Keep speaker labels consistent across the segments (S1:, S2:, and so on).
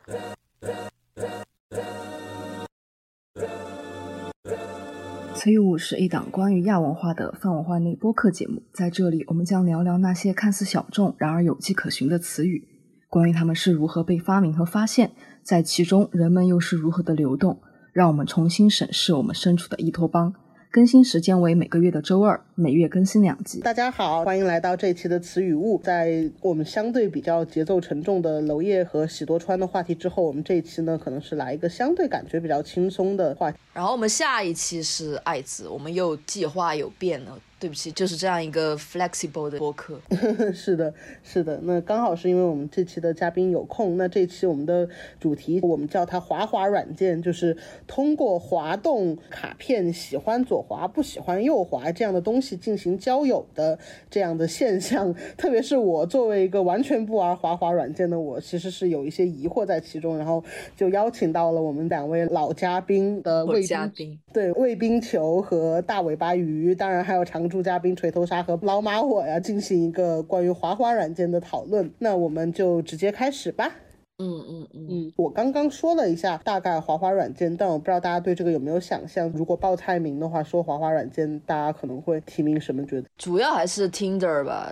S1: 词语物是一档关于亚文化的泛文化内播客节目，在这里我们将聊聊那些看似小众然而有迹可循的词语，关于它们是如何被发明和发现，在其中人们又是如何的流动，让我们重新审视我们身处的伊托邦。更新时间为每个月的周二，每月更新2集。
S2: 大家好，欢迎来到这一期的词语物。在我们相对比较节奏沉重的娄烨和喜多川的话题之后，我们这一期呢可能是来一个相对感觉比较轻松的话题。
S3: 然后我们下一期是艾滋，我们又计划有变了。对不起，就是这样一个 flexible 的播客。
S2: 是的，是的。那刚好是因为我们这期的嘉宾有空，那这期我们的主题我们叫它滑滑软件，就是通过滑动卡片喜欢左滑不喜欢右滑这样的东西进行交友的这样的现象。特别是我作为一个完全不玩滑滑软件的我，其实是有一些疑惑在其中，然后就邀请到了我们2位老嘉宾的卫
S3: 宾，
S2: 对，卫冰球和大尾巴鱼，当然还有常驻嘉宾锤头鲨和老马我呀，进行一个关于滑滑软件的讨论。那我们就直接开始吧。我刚刚说了一下大概滑滑软件，但我不知道大家对这个有没有想象。如果报菜名的话，说滑滑软件，大家可能会提名什么？觉得
S3: 主要还是 Tinder 吧。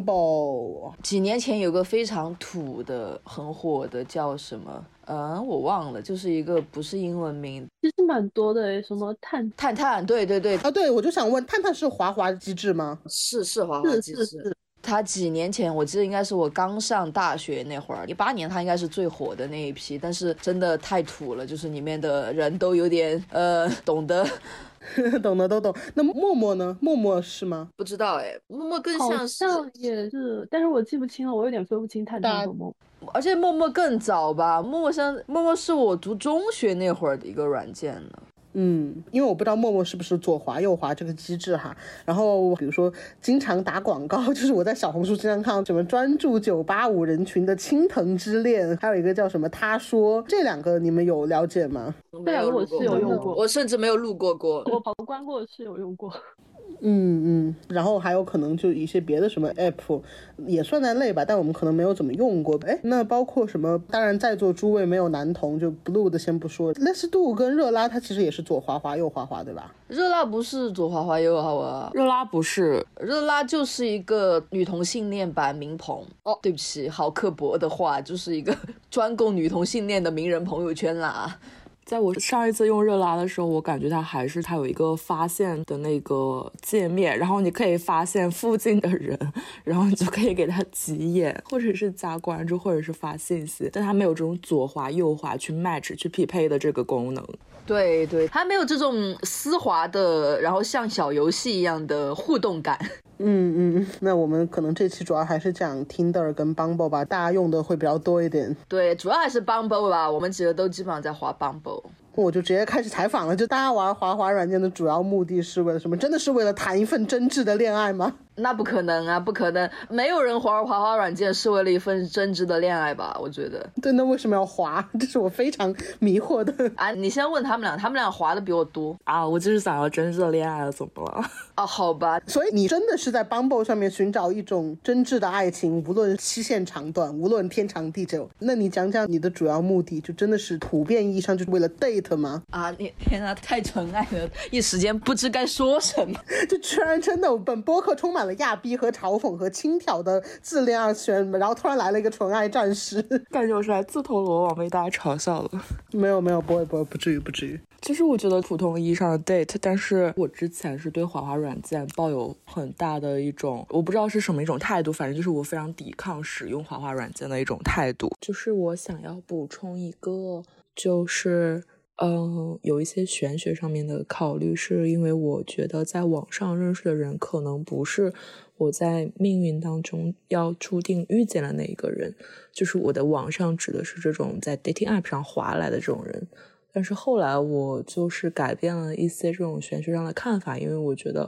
S2: Bumble
S3: 几年前有个非常土的很火的叫什么我忘了，就是一个不是英文名，
S4: 其实蛮多的，什么探，
S3: 对
S2: 啊，对，我就想问，探探是滑滑机制吗？
S3: 是滑滑机制。
S4: 是
S3: 他几年前我记得应该是我刚上大学那会儿，18年他应该是最火的那一批，但是真的太土了，就是里面的人都有点懂得
S2: 懂的都懂。那陌陌呢？陌陌是吗？
S3: 不知道陌陌更像是，
S4: 好像也是，但是我记不清了，我有点分不清探探和陌陌。
S3: 而且陌陌更早吧，陌陌是我读中学那会儿的一个软件呢。
S2: 因为我不知道陌陌是不是左滑右滑这个机制哈。然后比如说经常打广告，就是我在小红书经常看到什么专注985人群的青藤之恋，还有一个叫什么他说，这2个你们有了解吗？
S4: 这2个我是有用过，
S3: 我甚至没有路过，
S4: 我跑关过是有用过。
S2: 然后还有可能就一些别的什么 app 也算在内吧，但我们可能没有怎么用过。那包括什么，当然在座诸位没有男同，就 blue 的先不说，Let's Do 跟热拉它其实也是左滑滑右滑滑对吧？
S3: 热拉不是左滑滑右滑滑，
S5: 热拉不是，
S3: 热拉就是一个女同性恋版名朋。对不起，好刻薄的话，就是一个专供女同性恋的名人朋友圈啦。
S5: 在我上一次用热拉的时候，我感觉它有一个发现的那个界面，然后你可以发现附近的人，然后你就可以给他急眼，或者是加关注，或者是发信息，但它没有这种左滑右滑去 match 去匹配的这个功能。
S3: 对，它没有这种丝滑的，然后像小游戏一样的互动感。
S2: 那我们可能这期主要还是讲 Tinder 跟 Bumble 吧，大家用的会比较多一点。
S3: 对，主要还是 Bumble 吧，我们几个都基本上在滑 Bumble。
S2: 我就直接开始采访了，就大家玩滑滑软件的主要目的是为了什么？真的是为了谈一份真挚的恋爱吗？
S3: 那不可能啊，不可能，没有人滑滑滑软件是为了一份真挚的恋爱吧？我觉得。
S2: 对，那为什么要滑？这是我非常迷惑的。
S3: 你先问他们俩，他们俩滑的比我多
S5: 啊！我就是想要真挚的恋爱了，怎么了？
S3: 好吧。
S2: 所以你真的是在 Bumble 上面寻找一种真挚的爱情，无论期限长短，无论天长地久。那你讲讲你的主要目的，就真的是普遍意义上就是为了 date 吗？
S3: 你天啊，太纯爱了，一时间不知该说什么。
S2: 就居然真的，本播客充满了亚逼和嘲讽和轻佻的自恋二次元，然后突然来了一个纯爱战士，
S5: 感觉我是来自投罗网被大家嘲笑了。
S2: 没有，不会，不至于。
S5: 就是我觉得普通意义上的 date， 但是我之前是对滑滑软件抱有很大的一种，我不知道是什么一种态度，反正就是我非常抵抗使用滑滑软件的一种态度。就是我想要补充一个，就是有一些玄学上面的考虑，是因为我觉得在网上认识的人可能不是我在命运当中要注定遇见的那一个人，就是我的网上指的是这种在 dating app 上滑来的这种人。但是后来我就是改变了一些这种玄学上的看法，因为我觉得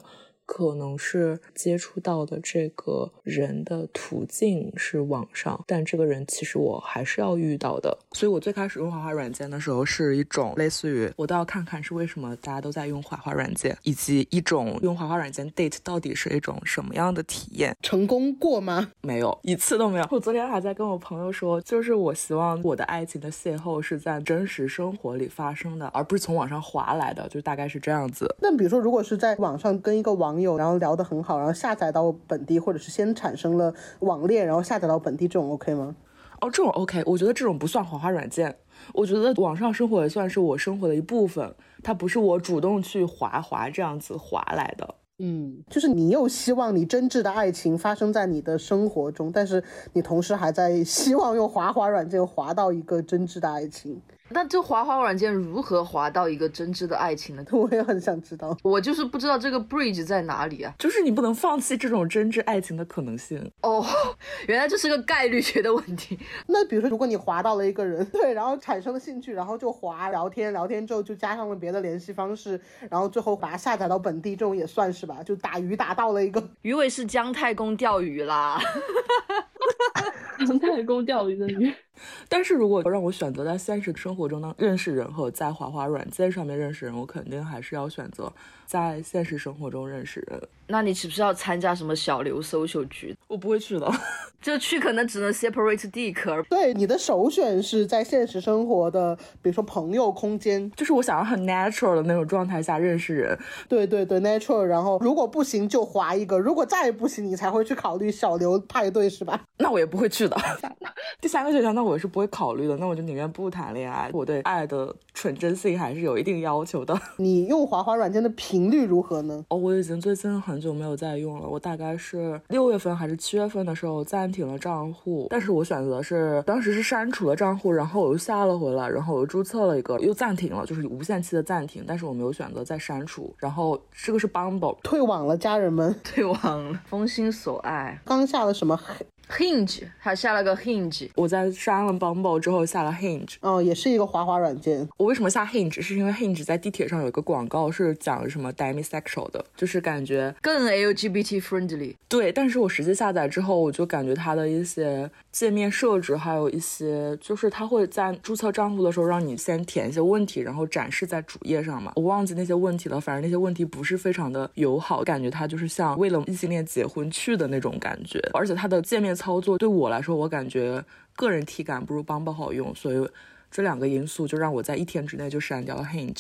S5: 可能是接触到的这个人的途径是网上，但这个人其实我还是要遇到的。所以我最开始用滑滑软件的时候是一种类似于我都要看看是为什么大家都在用滑滑软件，以及一种用滑滑软件 date 到底是一种什么样的体验。
S2: 成功过吗？
S5: 没有，一次都没有。我昨天还在跟我朋友说，就是我希望我的爱情的邂逅是在真实生活里发生的，而不是从网上滑来的，就大概是这样子。
S2: 那比如说如果是在网上跟一个网友然后聊得很好，然后下载到本地，或者是先产生了网恋然后下载到本地，这种 OK 吗？
S5: 哦，这种 OK， 我觉得这种不算滑滑软件，我觉得网上生活也算是我生活的一部分，它不是我主动去滑这样子滑来的。
S2: 就是你又希望你真挚的爱情发生在你的生活中，但是你同时还在希望用滑滑软件滑到一个真挚的爱情。
S3: 那这滑滑软件如何滑到一个真挚的爱情呢？
S2: 我也很想知道，
S3: 我就是不知道这个 bridge 在哪里啊。
S5: 就是你不能放弃这种真挚爱情的可能性。
S3: 哦，原来这是个概率学的问题。
S2: 那比如说如果你滑到了一个人，对，然后产生了兴趣，然后就滑聊天之后就加上了别的联系方式，然后最后把它下载到本地，这种也算是吧？就打鱼打到了一个。
S3: 鱼尾是姜太公钓鱼啦。
S4: 姜太公钓鱼的鱼。
S5: 但是如果让我选择在现实生活中呢认识人和在滑滑软件上面认识人，我肯定还是要选择在现实生活中认识人。
S3: 那你是不是要参加什么小刘 social 局？
S5: 我不会去的。
S3: 这去可能只能 separate dick。
S2: 对，你的首选是在现实生活的比如说朋友空间，
S5: 就是我想要很 natural 的那种状态下认识人。
S2: 对 natural， 然后如果不行就滑一个，如果再不行你才会去考虑小刘派对，是吧？
S5: 那我也不会去的。第三个选项那我是不会考虑的，那我就宁愿不谈恋爱。我对爱的纯真性还是有一定要求的。
S2: 你用滑滑软件的频率如何呢？
S5: 我已经最近很久没有再用了，我大概是6月份还是7月份的时候暂停了账户，但是我选择是当时是删除了账户，然后我又下了回来，然后我又注册了一个又暂停了，就是无限期的暂停，但是我没有选择再删除。然后这个是 Bumble，
S2: 退网了，家人们
S3: 退网了，封心所爱。
S2: 刚下了什么
S3: Hinge， 他下了个 Hinge。
S5: 我在删了 Bumble 之后下了 Hinge。
S2: 也是一个滑滑软件。
S5: 我为什么下 Hinge 是因为 Hinge 在地铁上有一个广告是讲什么 demisexual 的，就是感觉
S3: 更 LGBT friendly。
S5: 对，但是我实际下载之后我就感觉它的一些界面设置还有一些就是它会在注册账户的时候让你先填一些问题然后展示在主页上嘛，我忘记那些问题了，反正那些问题不是非常的友好，感觉它就是像为了异性恋结婚去的那种感觉，而且它的界面操作对我来说我感觉个人体感不如Bumble好用，所以这两个因素就让我在1天之内就删掉了 Hinge。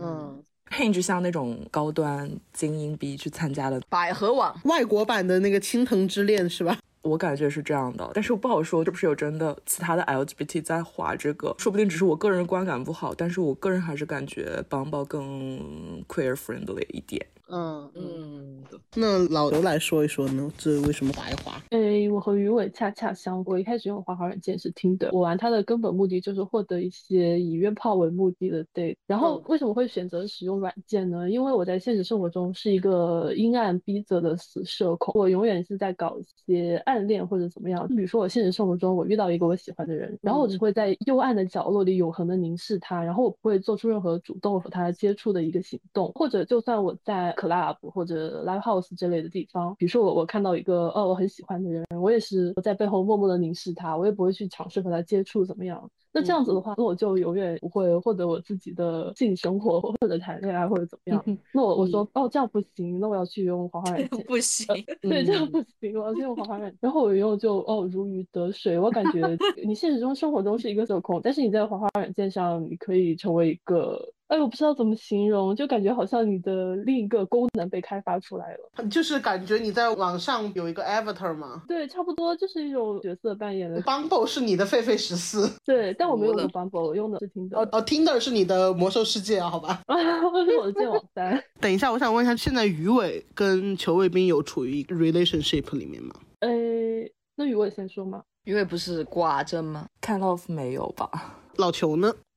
S5: Hinge 像那种高端精英逼去参加的
S3: 百合网
S2: 外国版的那个青藤之恋是吧？
S5: 我感觉是这样的，但是我不好说是不是有真的其他的 LGBT 在滑这个，说不定只是我个人观感不好，但是我个人还是感觉 Bumble 更 queer friendly 一点。
S2: 那老刘来说一说呢，这为什么滑一滑？
S4: 我和鱼尾恰恰相反，我一开始用滑滑软件是Tinder，我玩它的根本目的就是获得一些以约炮为目的的 date。然后为什么会选择使用软件呢？因为我在现实生活中是一个阴暗逼仄的死社恐，我永远是在搞一些暗恋或者怎么样。比如说我现实生活中我遇到一个我喜欢的人，然后我只会在幽暗的角落里永恒的凝视他，然后我不会做出任何主动和他接触的一个行动，或者就算我在 club 或者 live house 之类的地方，比如说我看到一个我很喜欢的人，我也是在背后默默的凝视他，我也不会去尝试和他接触怎么样。那这样子的话，那我就永远不会获得我自己的性生活或者谈恋爱或者怎么样。那我说这样不行，那我要去用滑滑软件。
S3: 不行，
S4: 对，这样不行，我要去用滑滑软件。然后我用就如鱼得水。我感觉你现实中生活中是一个社恐，但是你在滑滑软件上你可以成为一个我不知道怎么形容，就感觉好像你的另一个功能被开发出来了，
S2: 就是感觉你在网上有一个 avatar 嘛。
S4: 对，差不多就是一种角色扮演的。
S2: Bumble 是你的狒狒14，
S4: 对，但我没有用 Bumble， 我用的是
S2: Tinder 是你的魔兽世界啊，好吧。
S4: 是我的剑网3。
S2: 等一下，我想问一下，现在鱼尾跟裘卫兵有处于 relationship 里面吗？
S4: 那鱼尾先说吗？
S3: 鱼尾不是寡着吗？
S5: kind of 没有吧。
S2: 老裘呢？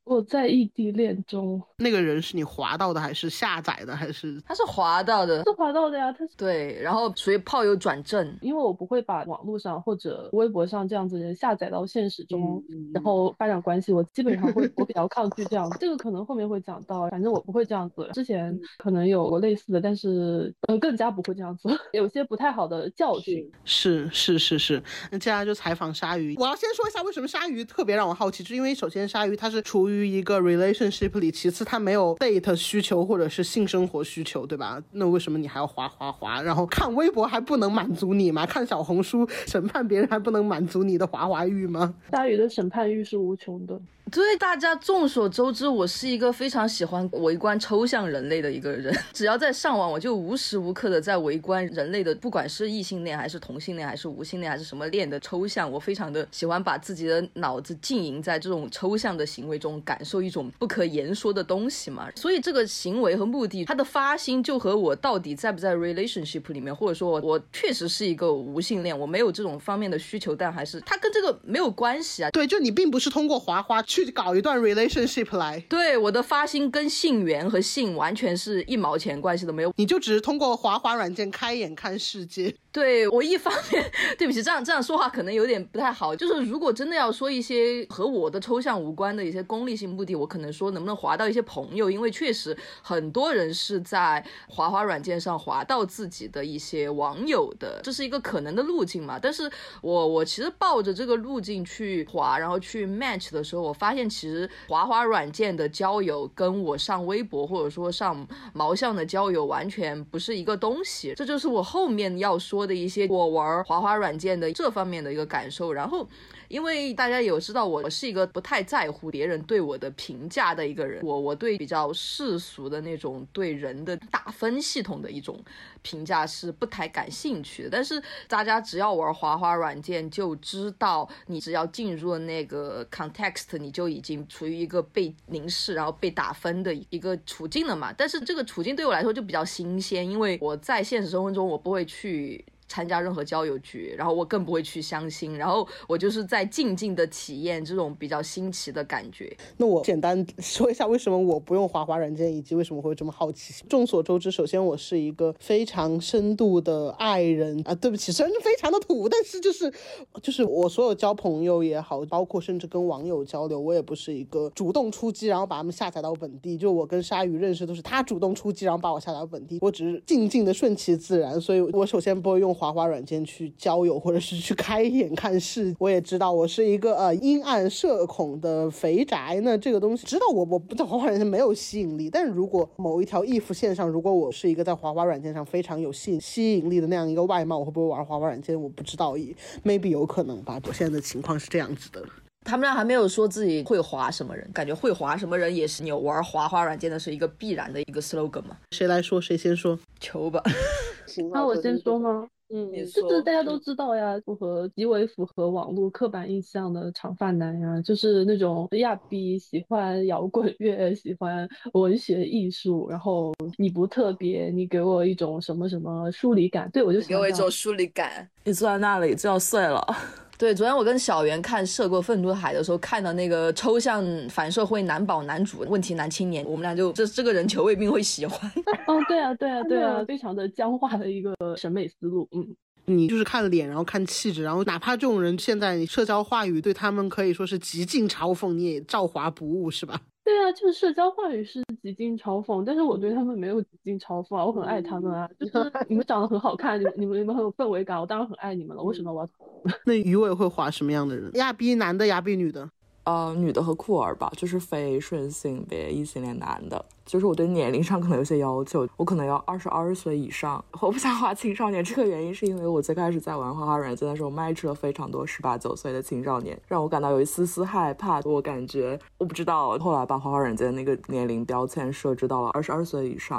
S4: 我在异地恋中。
S2: 那个人是你滑到的还是下载的还是？
S3: 他是滑到的，
S4: 是滑到的呀，他是
S3: 对，然后属于炮友转正。
S4: 因为我不会把网络上或者微博上这样子的人下载到现实中，然后发展关系，我基本上我比较抗拒这样，这个可能后面会讲到，反正我不会这样子。之前可能有过类似的，但是更加不会这样子，有些不太好的教训。
S2: 是。那接下来就采访鲨鱼。我要先说一下为什么鲨鱼特别让我好奇，就是因为首先鲨鱼它是处于一个 relationship 里，其次它没有 date 需求或者是性生活需求，对吧？那为什么你还要滑，然后看微博还不能满足你吗？看小红书审判别人还不能满足你的滑欲吗？
S4: 鲨鱼的审判欲是无穷的。
S3: 对，大家众所周知，我是一个非常喜欢围观抽象人类的一个人。只要在上网，我就无时无刻的在围观人类的，不管是异性恋还是同性恋还是无性恋还是什么恋的抽象，我非常的喜欢把自己的脑子浸淫在这种抽象的行为中，感受一种不可言说的东西嘛。所以这个行为和目的，它的发心就和我到底在不在 relationship 里面，或者说我确实是一个无性恋，我没有这种方面的需求，但还是它跟这个没有关系啊。
S2: 对，就你并不是通过滑去搞一段 relationship 来。对，
S3: 我的发心跟性缘和性完全是一毛钱关系都没有，
S2: 你就只是通过滑软件开眼看世界。
S3: 对，我一方面对不起，这样说话可能有点不太好，就是如果真的要说一些和我的抽象无关的一些功利性目的，我可能说能不能滑到一些朋友，因为确实很多人是在滑软件上滑到自己的一些网友的，这是一个可能的路径嘛。但是我其实抱着这个路径去滑，然后去 match 的时候，我发现其实滑软件的交友跟我上微博或者说上毛象的交友完全不是一个东西，这就是我后面要说的一些我玩滑软件的这方面的一个感受。然后因为大家有知道我是一个不太在乎别人对我的评价的一个人，我对比较世俗的那种对人的打分系统的一种评价是不太感兴趣的。但是大家只要玩滑软件就知道，你只要进入了那个 context， 你就已经处于一个被凝视然后被打分的一个处境了嘛。但是这个处境对我来说就比较新鲜，因为我在现实生活中我不会去参加任何交友局，然后我更不会去相亲，然后我就是在静静的体验这种比较新奇的感觉。
S2: 那我简单说一下为什么我不用滑软件，以及为什么会这么好奇。众所周知，首先我是一个非常深度的爱人啊，对不起，虽然是非常的土，但是就是我所有交朋友也好，包括甚至跟网友交流，我也不是一个主动出击然后把他们下载到本地，就我跟鲨鱼认识都是他主动出击然后把我下载到本地，我只是静静的顺其自然。所以我首先不会用滑软件去交友或者是去开眼看世。我也知道我是一个阴暗社恐的肥宅，那这个东西知道我不在滑软件没有吸引力，但是如果某一条if线上，如果我是一个在滑软件上非常有吸引力的那样一个外貌，我会不会玩滑软件我不知道，maybe 有可能吧。我现在的情况是这样子的。
S3: 他们俩还没有说自己会滑什么人，感觉会滑什么人也是你玩滑软件的是一个必然的一个 slogan 嘛。
S2: 谁来说？谁先说？
S3: 求吧。
S4: 那我先说吗？就是大家都知道呀，极为符合网络刻板印象的长发男呀，就是那种亚逼，喜欢摇滚乐，喜欢文学艺术，然后你不特别，你给我一种什么什么疏离感，对我就喜欢
S3: 给我一种疏离感，
S5: 你坐在那里就要碎了。
S3: 对，昨天我跟小袁看《涉过愤怒海》的时候，看到那个抽象反社会男宝男主问题男青年，我们俩就这个人求未必会喜欢。
S4: 对啊，非常的僵化的一个审美思路。
S2: 你就是看脸然后看气质，然后哪怕这种人现在你社交话语对他们可以说是极尽嘲讽，你也照滑不误，是吧？
S4: 对啊，就是社交话语是极尽嘲讽，但是我对他们没有极尽嘲讽啊，我很爱他们啊，就是你们长得很好看，你们很有氛围感，我当然很爱你们了，为什么我要？
S2: 那鱼尾会滑什么样的人？亚逼男的，亚逼女的？
S5: 女的和酷儿吧，就是非顺性别异性恋男的。就是我对年龄上可能有些要求，我可能要22岁以上。我不想滑青少年，这个原因是因为我最开始在玩滑软件的时候卖出了非常多18、19岁的青少年，让我感到有一丝丝害怕。我感觉我不知道，后来把滑软件那个年龄标签设置到了22岁以上。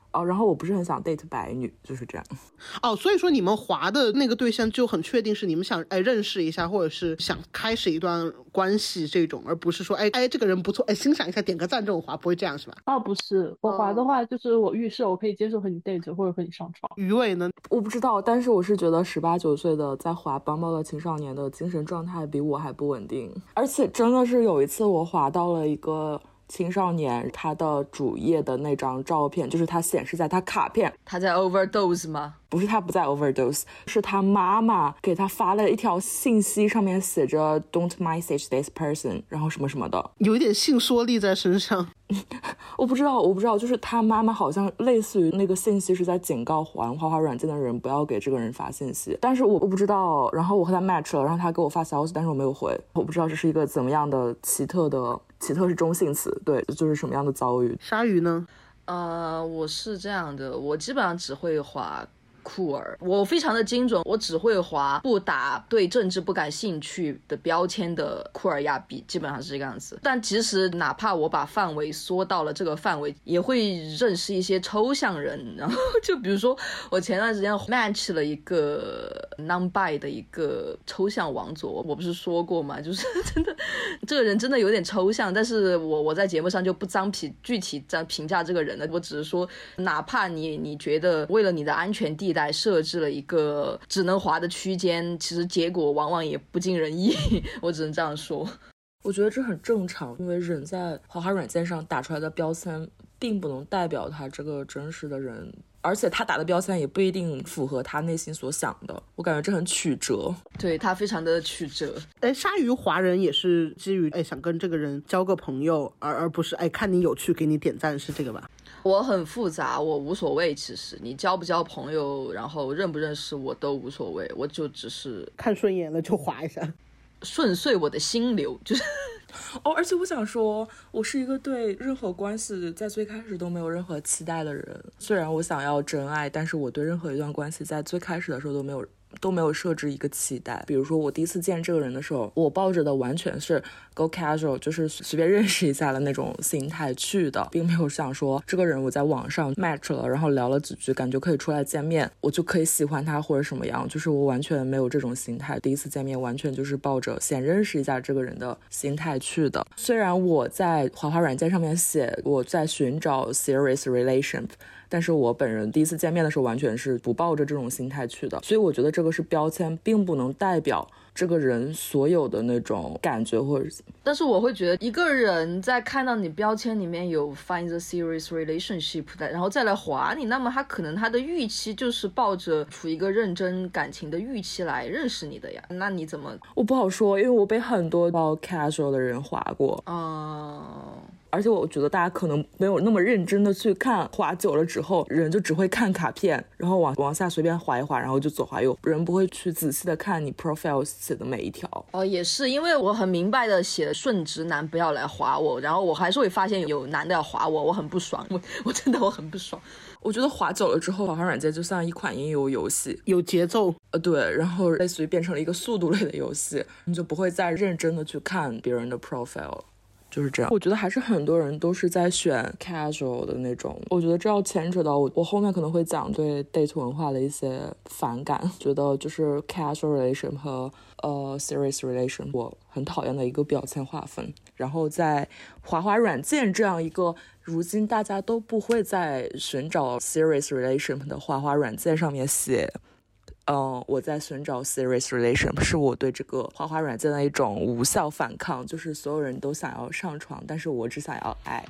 S5: 然后我不是很想 date 白女，就是这样。
S2: 所以说你们滑的那个对象就很确定是你们想认识一下，或者是想开始一段关系这种，而不是说这个人不错欣赏一下点个赞这种滑，不会这样是吧？
S4: 不是，我滑的话就是我预设我可以接受和你 date 或者和你上床。
S2: 鱼尾呢？
S5: 我不知道，但是我是觉得18、19岁的在滑Bumble的青少年的精神状态比我还不稳定，而且真的是有一次我滑到了一个青少年，他的主页的那张照片，就是他显示在他卡片，
S3: 他在 overdose 吗？
S5: 不是，他不在 overdose， 是他妈妈给他发了一条信息，上面写着 Don't message this person， 然后什么什么的，
S2: 有一点性说力在身上。
S5: 我不知道，就是他妈妈好像类似于那个信息是在警告玩滑滑软件的人不要给这个人发信息，但是我不知道，然后我和他 match 了，然后他给我发消息，但是我没有回，我不知道这是一个怎么样的奇特是中性词，对，就是什么样的遭遇。
S2: 鲨鱼呢？
S3: 我是这样的，我基本上只会滑酷儿，我非常的精准，我只会滑不打对政治不感兴趣的标签的酷儿亚比，基本上是这个样子。但其实哪怕我把范围缩到了这个范围，也会认识一些抽象人。然后就比如说我前段时间 match 了一个 non-bi 的一个抽象王佐，我不是说过吗？就是真的这个人真的有点抽象，但是我在节目上就不具体这样评价这个人了，我只是说哪怕你觉得为了你的安全地带设置了一个只能滑的区间，其实结果往往也不尽人意，我只能这样说。
S5: 我觉得这很正常，因为人在滑滑软件上打出来的标签并不能代表他这个真实的人，而且他打的标签也不一定符合他内心所想的，我感觉这很曲折。
S3: 对，他非常的曲折。
S2: 鲨鱼滑人也是基于想跟这个人交个朋友，而不是看你有趣给你点赞，是这个吧？
S3: 我很复杂，我无所谓，其实你交不交朋友，然后认不认识我都无所谓，我就只是
S2: 看顺眼了就滑一下，
S3: 顺遂我的心流，就是
S5: 而且我想说，我是一个对任何关系在最开始都没有任何期待的人。虽然我想要真爱，但是我对任何一段关系在最开始的时候都没有设置一个期待。比如说我第一次见这个人的时候，我抱着的完全是 go casual， 就是随便认识一下的那种心态去的，并没有想说这个人我在网上 match 了，然后聊了几句感觉可以出来见面，我就可以喜欢他或者什么样，就是我完全没有这种心态。第一次见面完全就是抱着先认识一下这个人的心态去的。虽然我在滑滑软件上面写我在寻找 serious relation，但是我本人第一次见面的时候完全是不抱着这种心态去的，所以我觉得这个是标签，并不能代表这个人所有的那种感觉或者。
S3: 但是我会觉得一个人在看到你标签里面有 find the serious relationship 的，然后再来滑你，那么他可能他的预期就是抱着处一个认真感情的预期来认识你的呀，那你怎么？
S5: 我不好说，因为我被很多包 casual 的人滑过。而且我觉得大家可能没有那么认真的去看，滑久了之后人就只会看卡片，然后往下随便滑一滑，然后就左滑右，人不会去仔细的看你 profile 写的每一条。
S3: 也是因为我很明白的写顺直男不要来滑我，然后我还是会发现有男的要滑我很不爽，我真的我很不爽。
S5: 我觉得滑久了之后，滑滑软件就像一款音游游戏，
S2: 有节奏。
S5: 对，然后类似于变成了一个速度类的游戏，你就不会再认真的去看别人的 profile。就是这样，我觉得还是很多人都是在选 casual 的那种。我觉得这要牵扯到我后面可能会讲对 date 文化的一些反感，觉得就是 casual relation 和serious relation 我很讨厌的一个标签划分。然后在滑滑软件这样一个如今大家都不会在寻找 serious relation 的滑滑软件上面写我在寻找 serious relation， 是我对这个滑滑软件的一种无效反抗，就是所有人都想要上床，但是我只想要爱。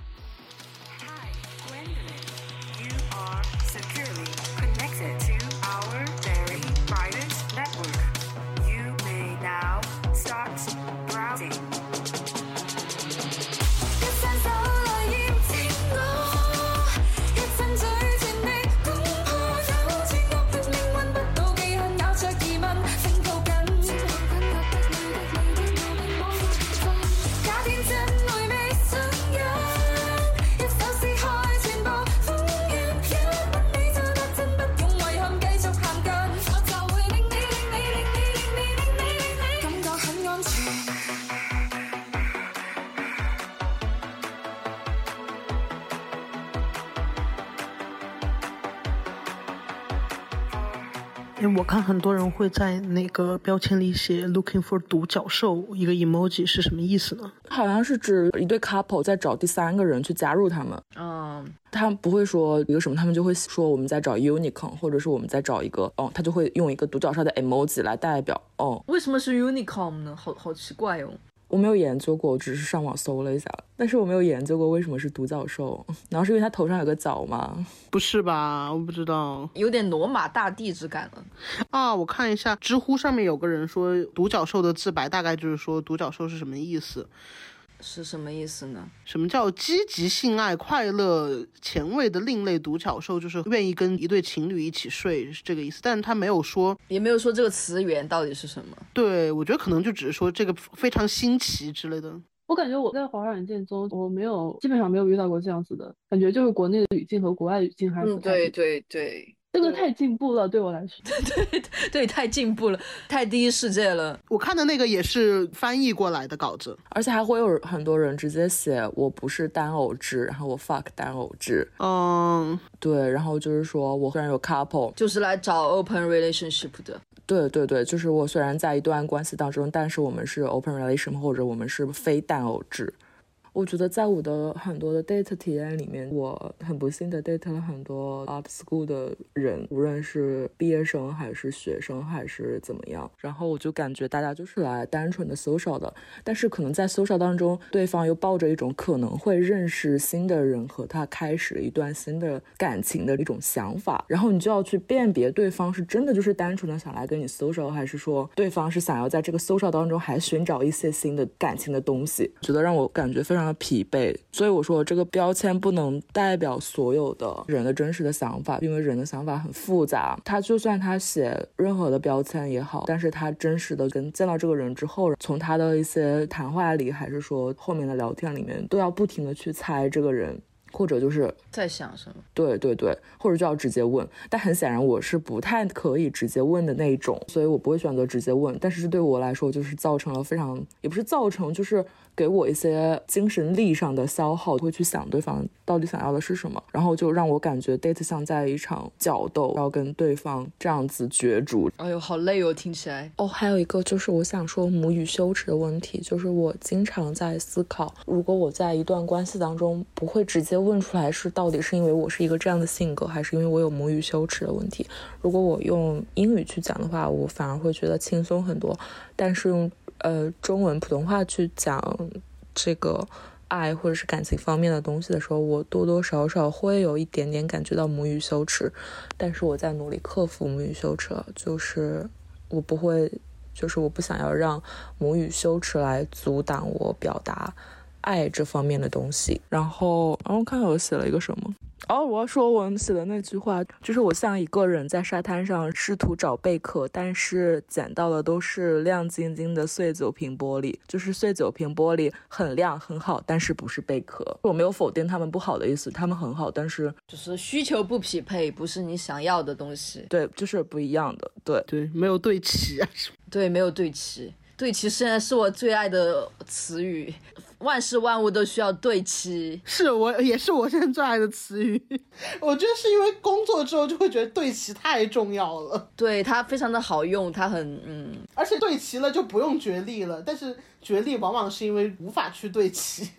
S2: 我看很多人会在那个标签里写 looking for 独角兽一个 emoji 是什么意思呢？
S5: 好像是指一对 couple 在找第三个人去加入他们。他们不会说一个什么，他们就会说我们在找 unicorn， 或者是我们在找一个他就会用一个独角兽的 emoji 来代表。
S3: 为什么是 unicorn 呢？好奇怪哦。
S5: 我没有研究过，我只是上网搜了一下，但是我没有研究过为什么是独角兽。然后是因为它头上有个角吗？
S2: 不是吧，我不知道，
S3: 有点罗马大帝之感了
S2: 啊！我看一下知乎上面有个人说独角兽的自白大概就是说独角兽是什么意思。
S3: 是什么意思呢？
S2: 什么叫积极性爱快乐前卫的另类独角兽，就是愿意跟一对情侣一起睡，是这个意思。但是他没有说，
S3: 也没有说这个词源到底是什么。
S2: 对，我觉得可能就只是说这个非常新奇之类的。
S4: 我感觉我在华软件中，我基本上没有遇到过这样子的感觉，就是国内的语境和国外的语境还是不太一样。
S3: 对。
S4: 这个太进步了，对我来说。
S3: 对，太进步了，太第一世界了。
S2: 我看的那个也是翻译过来的稿子，
S5: 而且还会有很多人直接写我不是单偶制，然后我 fuck 单偶制。对，然后就是说我虽然有 couple，
S3: 就是来找 open relationship 的。
S5: 对，就是我虽然在一段关系当中，但是我们是 open relation 或者我们是非单偶制。我觉得在我的很多的 date 体验里面，我很不幸的 date 了很多 up school 的人，无论是毕业生还是学生还是怎么样，然后我就感觉大家就是来单纯的 social 的，但是可能在 social 当中，对方又抱着一种可能会认识新的人和他开始一段新的感情的一种想法，然后你就要去辨别对方是真的就是单纯的想来跟你 social， 还是说对方是想要在这个 social 当中还寻找一些新的感情的东西，觉得让我感觉非常疲惫。所以我说这个标签不能代表所有的人的真实的想法，因为人的想法很复杂，他就算他写任何的标签也好，但是他真实的跟见到这个人之后，从他的一些谈话里还是说后面的聊天里面，都要不停的去猜这个人，或者就是
S3: 在想什么。
S5: 对，或者就要直接问，但很显然我是不太可以直接问的那种，所以我不会选择直接问，但是对我来说就是造成了非常，也不是造成，就是给我一些精神力上的消耗，会去想对方到底想要的是什么，然后就让我感觉 date 像在一场角斗，要跟对方这样子角逐。
S3: 哎呦好累哦，听起来。
S5: 还有一个就是我想说母语羞耻的问题，就是我经常在思考，如果我在一段关系当中不会直接问出来是到底是因为我是一个这样的性格，还是因为我有母语羞耻的问题，如果我用英语去讲的话，我反而会觉得轻松很多，但是用中文普通话去讲这个爱或者是感情方面的东西的时候，我多多少少会有一点点感觉到母语羞耻，但是我在努力克服母语羞耻，就是我不会，就是我不想要让母语羞耻来阻挡我表达爱这方面的东西。然后看我写了一个什么，我要说我写的那句话，就是我像一个人在沙滩上试图找贝壳，但是捡到的都是亮晶晶的碎酒瓶玻璃，就是碎酒瓶玻璃很亮很好，但是不是贝壳。我没有否定他们不好的意思，他们很好，但是
S3: 就是需求不匹配，不是你想要的东西。
S5: 对，就是不一样的。
S2: 对，没有对齐啊。
S3: 对，没有对齐。对齐现在是我最爱的词语，万事万物都需要对齐，
S2: 也是我现在最爱的词语。我觉得是因为工作之后就会觉得对齐太重要了，
S3: 对，它非常的好用，它很
S2: 而且对齐了就不用角力了，但是角力往往是因为无法去对齐。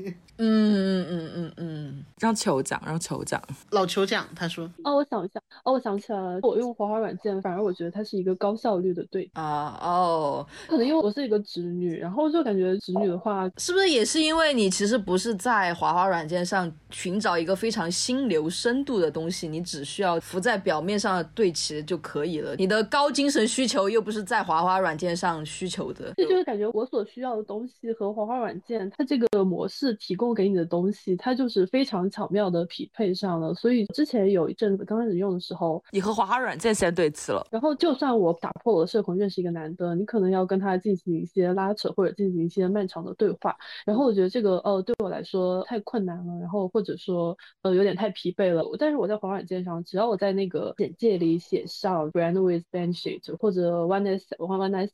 S5: 让球讲
S2: 老球讲他说
S4: 我想一下，我想起来了，我用滑滑软件，反而我觉得它是一个高效率的对可能因为我是一个直女，然后就感觉直女的话，
S3: 是不是也是因为你其实不是在滑滑软件上寻找一个非常心流深度的东西，你只需要浮在表面上的对齐就可以了，你的高精神需求又不是在滑滑软件上需求的，
S4: 就是感觉我所需要的东西和滑滑软件它这个模式提供给你的东西，它就是非常巧妙的匹配上了。所以之前有一阵子刚开始用的时候，
S5: 你和滑滑软件先对齐了，
S4: 然后就算我打破了社恐认识一个男的，你可能要跟他进行一些拉扯或者进行一些漫长的对话，然后我觉得这个对我来说太困难了，然后或者说有点太疲惫了。但是我在滑软件上，只要我在那个简介里写上 brand with benefit 或者 one night sex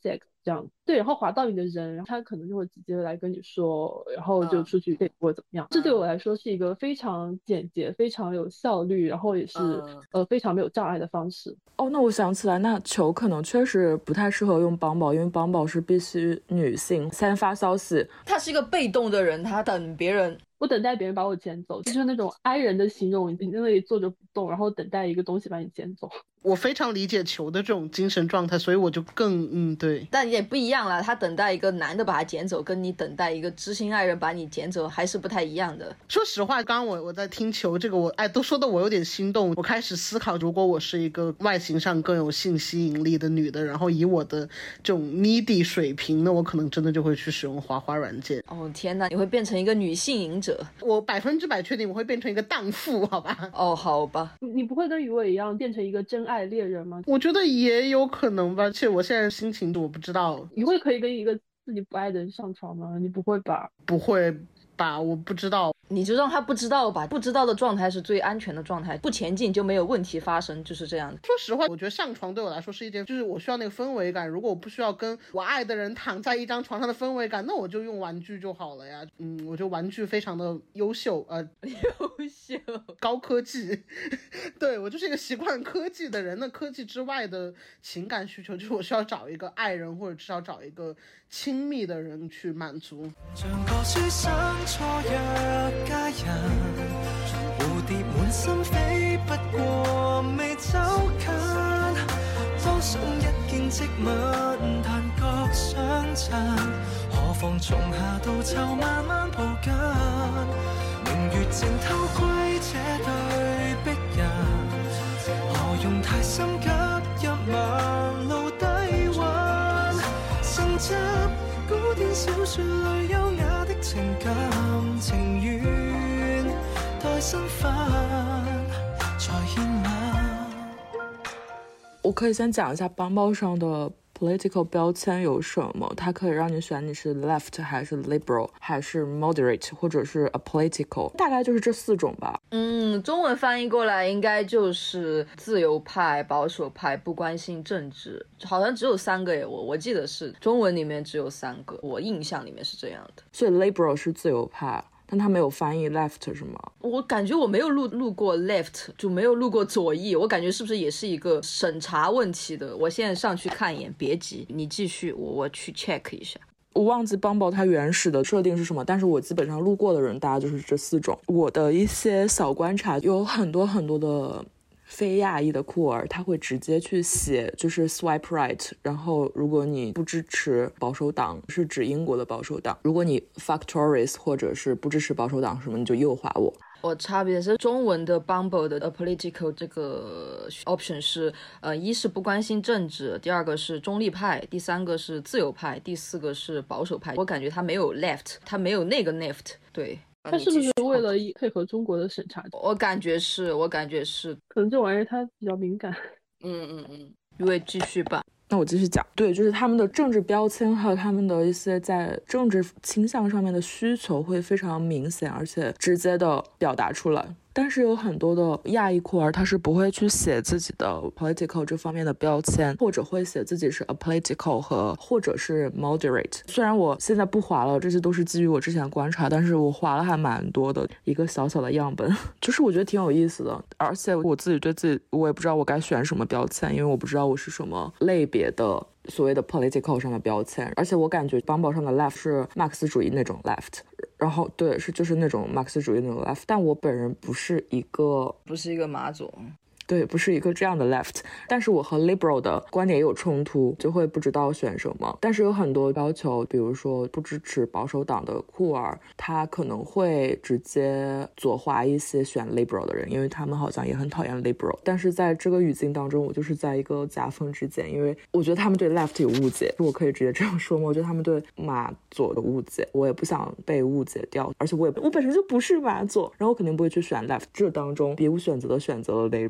S4: 这样。对，然后滑到你的人，然后他可能就会直接来跟你说，然后就出去对或怎么样。这对我来说是一个非常简洁、非常有效率，然后也是非常没有障碍的方式。
S5: 哦，那我想起来，那球可能确实不太适合用Bumble，因为Bumble是必须女性先发消息，
S3: 他是一个被动的人，他等别人。
S4: 我等待别人把我捡走，就是那种哀人的形容，你在那里坐着不动，然后等待一个东西把你捡走。
S2: 我非常理解球的这种精神状态，所以我就更对。
S3: 但也不一样啦，他等待一个男的把他捡走，跟你等待一个知心爱人把你捡走还是不太一样的。
S2: 说实话，刚刚我在听球这个，都说的我有点心动。我开始思考，如果我是一个外形上更有性吸引力的女的，然后以我的这种 needy 水平，那我可能真的就会去使用滑滑软件。
S3: 哦天哪，你会变成一个女性瘾者？
S2: 我100%确定我会变成一个荡妇，好吧？
S3: 哦，好吧。
S4: 你不会跟鱼尾一样变成一个真爱猎人吗？
S2: 我觉得也有可能吧，而且我现在心情我不知道。
S4: 鱼尾可以跟一个自己不爱的人上床吗？你不会吧？
S2: 不会吧，我不知道。
S3: 你就让他不知道吧，不知道的状态是最安全的状态，不前进就没有问题发生，就是这样的。
S2: 说实话，我觉得上床对我来说是一件，就是我需要那个氛围感。如果我不需要跟我爱的人躺在一张床上的氛围感，那我就用玩具就好了呀。我觉得玩具非常的优秀，
S3: 优秀，
S2: 高科技。对，我就是一个习惯科技的人。那科技之外的情感需求，就是我需要找一个爱人，或者至少找一个亲密的人去满足。
S6: 像個書生初約佳人，蝴蝶滿心飛，不過未走近。多想一見即吻，但覺相襯，何妨從夏到秋慢慢抱緊。明月正偷窺這對璧人，何用太心急入盲路低溫。承襲古典小說裏優雅的情感，情願待身份才獻吻。
S5: 我可以先讲一下Bumble上的 political 标签有什么，它可以让你选你是 left 还是 liberal 还是 moderate 或者是 apolitical， 大概就是这4种吧。
S3: 中文翻译过来应该就是自由派、保守派、不关心政治，好像只有3个耶，我记得是中文里面只有3个，我印象里面是这样的。
S5: 所以 liberal 是自由派，但他没有翻译 left 是吗？
S3: 我感觉我没有录过 left， 就没有录过左翼，我感觉是不是也是一个审查问题的？我现在上去看一眼，别急，你继续，我去 check 一下。
S5: 我忘记 Bumble 它原始的设定是什么，但是我基本上录过的人大概就是这4种。我的一些小观察，有很多很多的非亚裔的酷儿，他会直接去写就是 swipe right， 然后如果你不支持保守党，是指英国的保守党，如果你 fuck Tories 或者是不支持保守党什么，你就右滑我。
S3: 我差别是中文的 Bumble 的 apolitical 这个 option 是一是不关心政治，第2个是中立派，第3个是自由派，第4个是保守派。我感觉它没有 left， 它没有那个 left。对，
S4: 它是不是为了配合中国的审查？
S3: 我感觉是
S4: 可能这玩意儿它比较敏感。
S3: 因为继续吧。
S5: 那我继续讲，对，就是他们的政治标签还有他们的一些在政治倾向上面的需求会非常明显，而且直接的表达出来。但是有很多的亚裔酷儿他是不会去写自己的 political 这方面的标签，或者会写自己是 apolitical 或者是 moderate。 虽然我现在不滑了，这些都是基于我之前的观察，但是我滑了还蛮多的一个小小的样本，就是我觉得挺有意思的。而且我自己对自己，我也不知道我该选什么标签，因为我不知道我是什么类别的所谓的 political 上的标签。而且我感觉 Bumble 上的 left 是马克思主义那种 left， 然后对，就是那种马克思主义那种 left， 但我本人不是一个
S3: 马总，
S5: 对，不是一个这样的 left， 但是我和 liberal 的观点也有冲突，就会不知道选什么。但是有很多要求，比如说不支持保守党的酷儿，他可能会直接左滑一些选 liberal 的人，因为他们好像也很讨厌 liberal。但是在这个语境当中，我就是在一个夹缝之间，因为我觉得他们对 left 有误解，我可以直接这样说吗？我觉得他们对马左有误解，我也不想被误解掉，而且我本身就不是马左，然后我肯定不会去选 left， 这当中别无选择的选择了 liberal。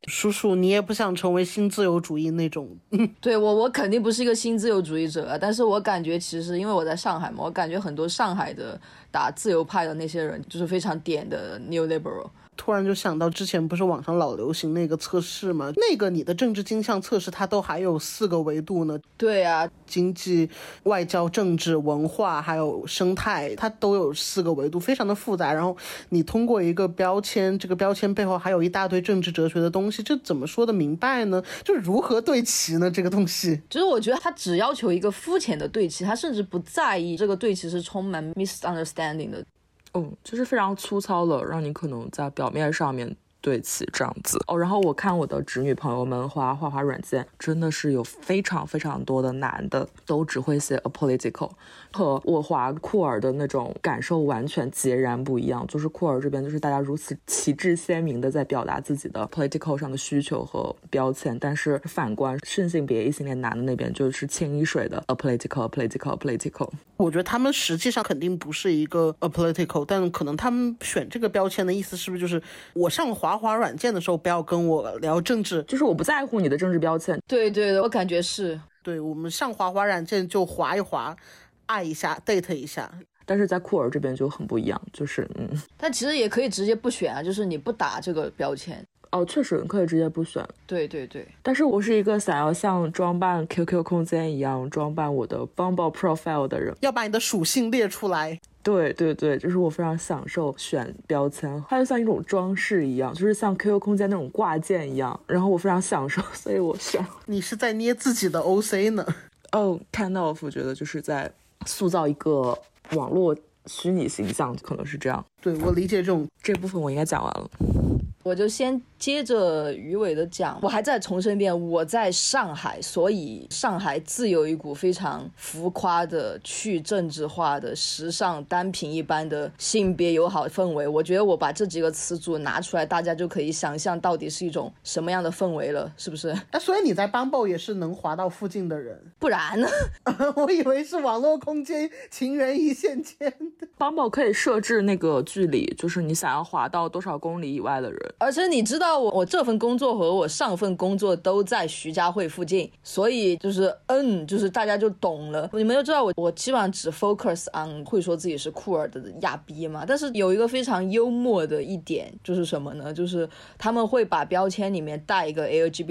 S2: 叔叔，你也不想成为新自由主义那种？
S3: 对，我肯定不是一个新自由主义者，但是我感觉其实因为我在上海嘛，我感觉很多上海的打自由派的那些人就是非常点的 neoliberal。
S2: 突然就想到之前不是网上老流行那个测试吗？那个你的政治倾向测试它都还有4个维度呢。
S3: 对啊，
S2: 经济、外交、政治、文化还有生态，它都有4个维度，非常的复杂。然后你通过一个标签，这个标签背后还有一大堆政治哲学的东西，这怎么说得明白呢？就是如何对齐呢？这个东西
S3: 就是我觉得他只要求一个肤浅的对齐，他甚至不在意这个对齐是充满 misunderstanding 的。
S5: 就是非常粗糙的，让你可能在表面上面对齐这样子。然后我看我的侄女朋友们画画软件，真的是有非常非常多的男的都只会写 apolitical， 和我画酷儿的那种感受完全截然不一样。就是酷儿这边就是大家如此旗帜鲜明的在表达自己的 political 上的需求和标签，但是反观顺性别异性恋男的那边就是清一水的 apolitical。
S2: 我觉得他们实际上肯定不是一个 apolitical， 但可能他们选这个标签的意思是不是就是我上滑软件的时候不要跟我聊政治，
S5: 就是我不在乎你的政治标签。
S3: 对对对，我感觉是。
S2: 对，我们上滑软件就滑一滑，爱一下 date 一下。
S5: 但是在酷儿这边就很不一样，就是
S3: 但其实也可以直接不选啊，就是你不打这个标签。
S5: 确实可以直接不选。
S3: 对对对，
S5: 但是我是一个想要像装扮 QQ 空间一样装扮我的 Bumble profile 的人，
S2: 要把你的属性列出来。
S5: 对对对，就是我非常享受选标签，它就像一种装饰一样，就是像 QQ 空间那种挂件一样，然后我非常享受，所以我选。
S2: 你是在捏自己的 OC 呢
S5: kind of 我觉得就是在塑造一个网络虚拟形象，可能是这样。
S2: 对，我理解
S5: 这部分我应该讲完了。
S3: 我就先接着鱼尾的讲，我还再重申一遍，我在上海，所以上海自有一股非常浮夸的去政治化的时尚单品一般的性别友好氛围。我觉得我把这几个词组拿出来，大家就可以想象到底是一种什么样的氛围了，是不是？
S2: 所以你在 Bumble 也是能滑到附近的人，
S3: 不然呢？
S2: 我以为是网络空间情缘一线牵的。
S5: Bumble 可以设置那个距离，就是你想要滑到多少公里以外的人。
S3: 而且你知道我这份工作和我上份工作都在徐家汇附近，所以就是就是大家就懂了。你们就知道我基本上只 focus on 会说自己是酷儿的亚逼嘛，但是有一个非常幽默的一点就是什么呢？就是他们会把标签里面带一个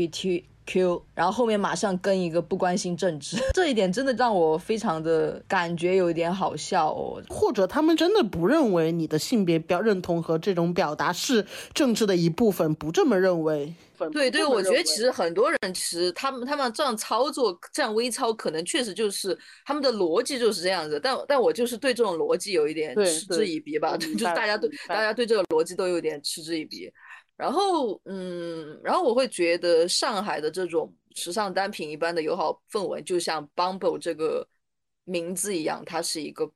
S3: LGBTQ， 然后后面马上跟一个不关心政治，这一点真的让我非常的感觉有一点好笑哦。
S2: 或者他们真的不认为你的性别认同和这种表达是政治的一部分，不这么认为。
S3: 对对，我觉得其实很多人其实他们这样操作，这样微操，可能确实就是他们的逻辑就是这样子，但我就是对这种逻辑有一点嗤之以鼻吧，就是大家对这个逻辑都有点嗤之以鼻。然后我会觉得上海的这种时尚单品一般的友好氛围，就像 Bumble 这个名字一样，它是一个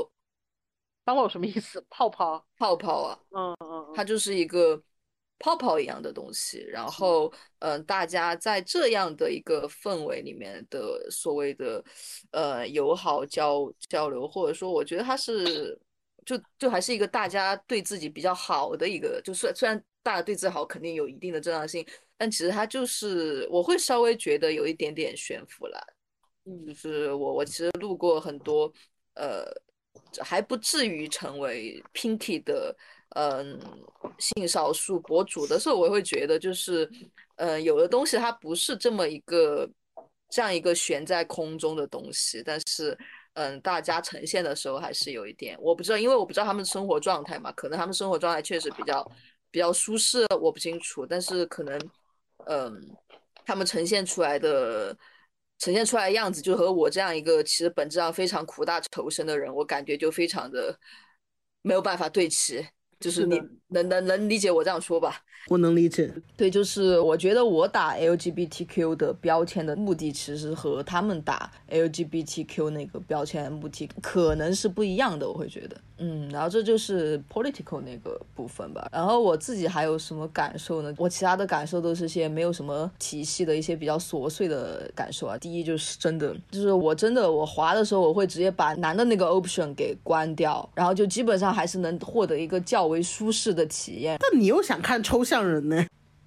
S3: Bumble
S2: 什么意思？泡泡
S3: 啊，它就是一个泡泡一样的东西。然后大家在这样的一个氛围里面的所谓的友好交流，或者说我觉得它是就还是一个大家对自己比较好的一个，就虽然大家对自己好肯定有一定的正当性，但其实它就是我会稍微觉得有一点点悬浮啦。就是我其实路过很多还不至于成为 Pinky 的性少数博主的时候，我会觉得就是有的东西它不是这样一个悬在空中的东西，但是大家呈现的时候还是有一点，我不知道，因为我不知道他们生活状态嘛，可能他们生活状态确实比较舒适，我不清楚，但是可能他们呈现出来的样子，就和我这样一个其实本质上非常苦大仇深的人，我感觉就非常的没有办法对齐。就是你能理解我这样说吧？
S2: 我能理解。
S3: 对，就是我觉得我打 LGBTQ 的标签的目的，其实和他们打 LGBTQ 那个标签的目的可能是不一样的，我会觉得。然后这就是 political 那个部分吧。然后我自己还有什么感受呢？我其他的感受都是些没有什么体系的一些比较琐碎的感受啊。第一就是真的，就是我滑的时候，我会直接把男的那个 option 给关掉，然后就基本上还是能获得一个较为舒适的体验。
S2: 但你又想看抽象人呢？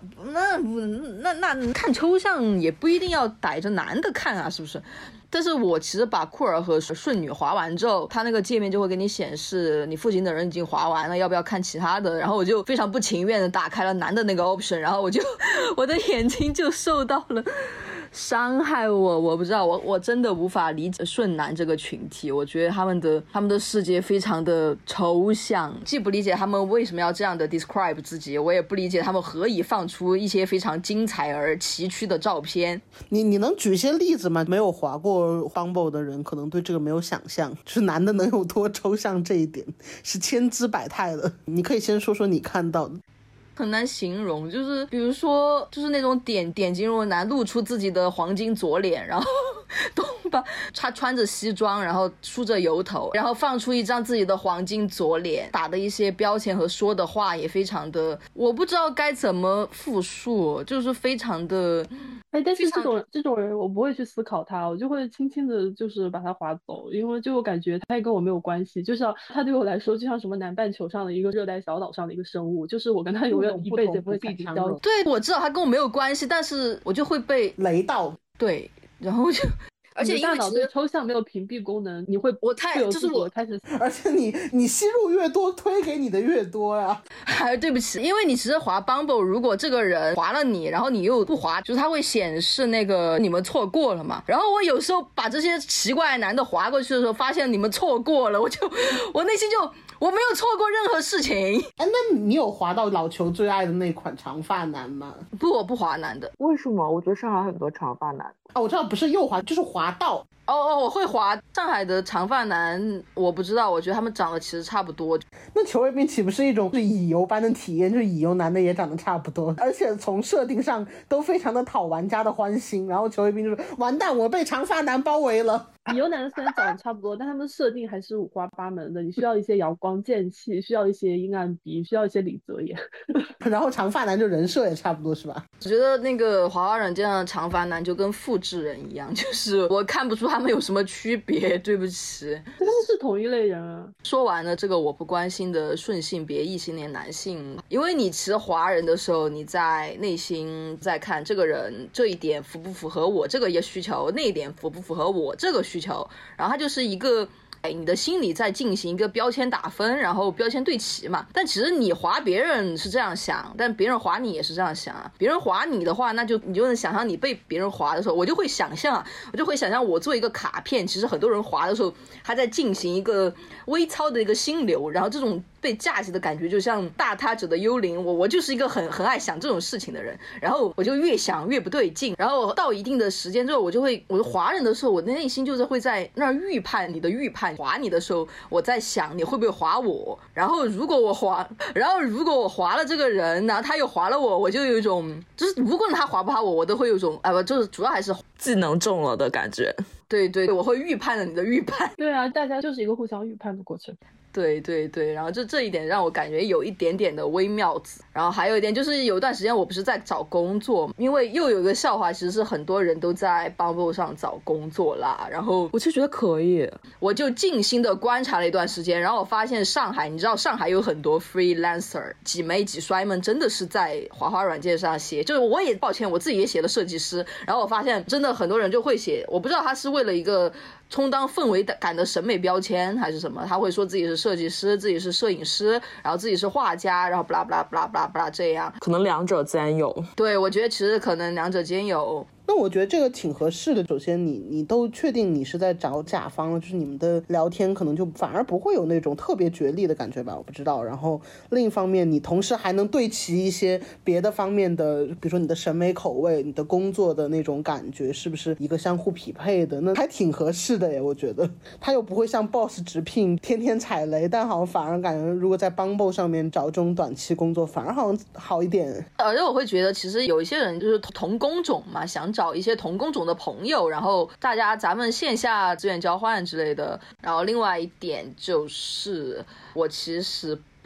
S3: 那看抽象也不一定要逮着男的看啊，是不是？但是我其实把酷儿和顺女划完之后，它那个界面就会给你显示你附近的人已经划完了，要不要看其他的？然后我就非常不情愿的打开了男的那个 option， 然后我的眼睛就受到了伤害。我不知道，我真的无法理解顺男这个群体。我觉得他们的世界非常的抽象，既不理解他们为什么要这样的 describe 自己，我也不理解他们何以放出一些非常精彩而崎岖的照片。
S2: 你能举一些例子吗？没有滑过 Bumble 的人可能对这个没有想象，就是男的能有多抽象，这一点是千姿百态的。你可以先说说你看到的。
S3: 很难形容，就是比如说，就是那种点进入男，露出自己的黄金左脸，然后他穿着西装，然后梳着油头，然后放出一张自己的黄金左脸，打的一些标签和说的话也非常的，我不知道该怎么复述，就是非常的。
S4: 但是这种人我不会去思考他，我就会轻轻的就是把他划走，因为就我感觉他也跟我没有关系，就像他对我来说就像什么南半球上的一个热带小岛上的一个生物，就是我跟他永远一辈子也不会产生交集。
S3: 对，我知道他跟我没有关系，但是我就会被
S2: 雷到。
S3: 对，然后就而且
S4: 大脑对抽象没有屏蔽功能，你会就是我开始，
S2: 而且你吸入越多，推给你的越多呀。
S3: 对不起，因为你其实滑 Bumble， 如果这个人滑了你，然后你又不滑，就是它会显示那个你们错过了嘛。然后我有时候把这些奇怪的男的滑过去的时候，发现你们错过了，我内心就我没有错过任何事情。
S2: 那你有滑到老球最爱的那款长发男吗？
S3: 不，我不滑男的。
S5: 为什么？我觉得上海很多长发男。
S2: 我知道不是右滑就是滑到。
S3: 我会滑上海的长发男，我不知道，我觉得他们长得其实差不多。
S2: 那球卫兵岂不是一种是乙游般的体验？就是乙游男的也长得差不多，而且从设定上都非常的讨玩家的欢心。然后球卫兵就是完蛋，我被长发男包围了。
S4: 乙游男虽然长得差不多，但他们设定还是五花八门的。你需要一些阳光剑气，需要一些阴暗鼻，需要一些李泽言。
S2: 然后长发男就人设也差不多是吧？
S3: 我觉得那个滑滑软件上的长发男就跟复制人一样，就是我看不出他们有什么区别，对不起。
S4: 他们是同一类人啊。
S3: 说完了这个我不关心的顺性别异性恋男性，因为你其实滑人的时候，你在内心在看这个人这一点符不符合我这个需求，那一点符不符合我这个需求，然后它就是一个你的心里在进行一个标签打分，然后标签对齐嘛。但其实你划别人是这样想，但别人划你也是这样想啊。别人划你的话，那就你就能想象你被别人划的时候，我就会想象我做一个卡片，其实很多人划的时候，他在进行一个微操的一个心流，然后这种被架起的感觉就像大他者的幽灵。我就是一个很爱想这种事情的人，然后我就越想越不对劲，然后到一定的时间之后，我划人的时候，我的内心就是会在那儿预判你的预判。划你的时候，我在想你会不会划我，然后如果我划了这个人，然后他又划了我，我就有一种就是无论他划不划我，我都会有一种就是主要还是
S5: 技能中了的感觉。
S3: 对，我会预判了你的预判。
S4: 对啊，大家就是一个互相预判的过程。
S3: 对，然后就这一点让我感觉有一点点的微妙子。然后还有一点就是有一段时间我不是在找工作，因为又有一个笑话，其实是很多人都在 Bumble 上找工作啦，然后
S5: 我就觉得可以，
S3: 我就静心的观察了一段时间，然后我发现上海，你知道上海有很多 freelancer 几妹几衰们真的是在滑滑软件上写，就是我也抱歉我自己也写了设计师，然后我发现真的很多人就会写，我不知道他是为了一个充当氛围感的审美标签还是什么，他会说自己是设计师，自己是摄影师，然后自己是画家，然后 blah blah blah blah blah 这样，
S5: 可能两者兼有。
S3: 对，我觉得其实可能两者兼有。
S2: 那我觉得这个挺合适的。首先你都确定你是在找甲方了，就是你们的聊天可能就反而不会有那种特别角力的感觉吧，我不知道。然后另一方面你同时还能对齐一些别的方面的，比如说你的审美口味，你的工作的那种感觉是不是一个相互匹配的，那还挺合适的耶。我觉得他又不会像 boss 直聘天天踩雷，但好像反而感觉如果在 Bumble 上面找这种短期工作反而好像好一点。
S3: 而且我会觉得其实有一些人就是同工种嘛，想找一些同工种的朋友，然后咱们线下资源交换之类的。然后另外一点就是我其实很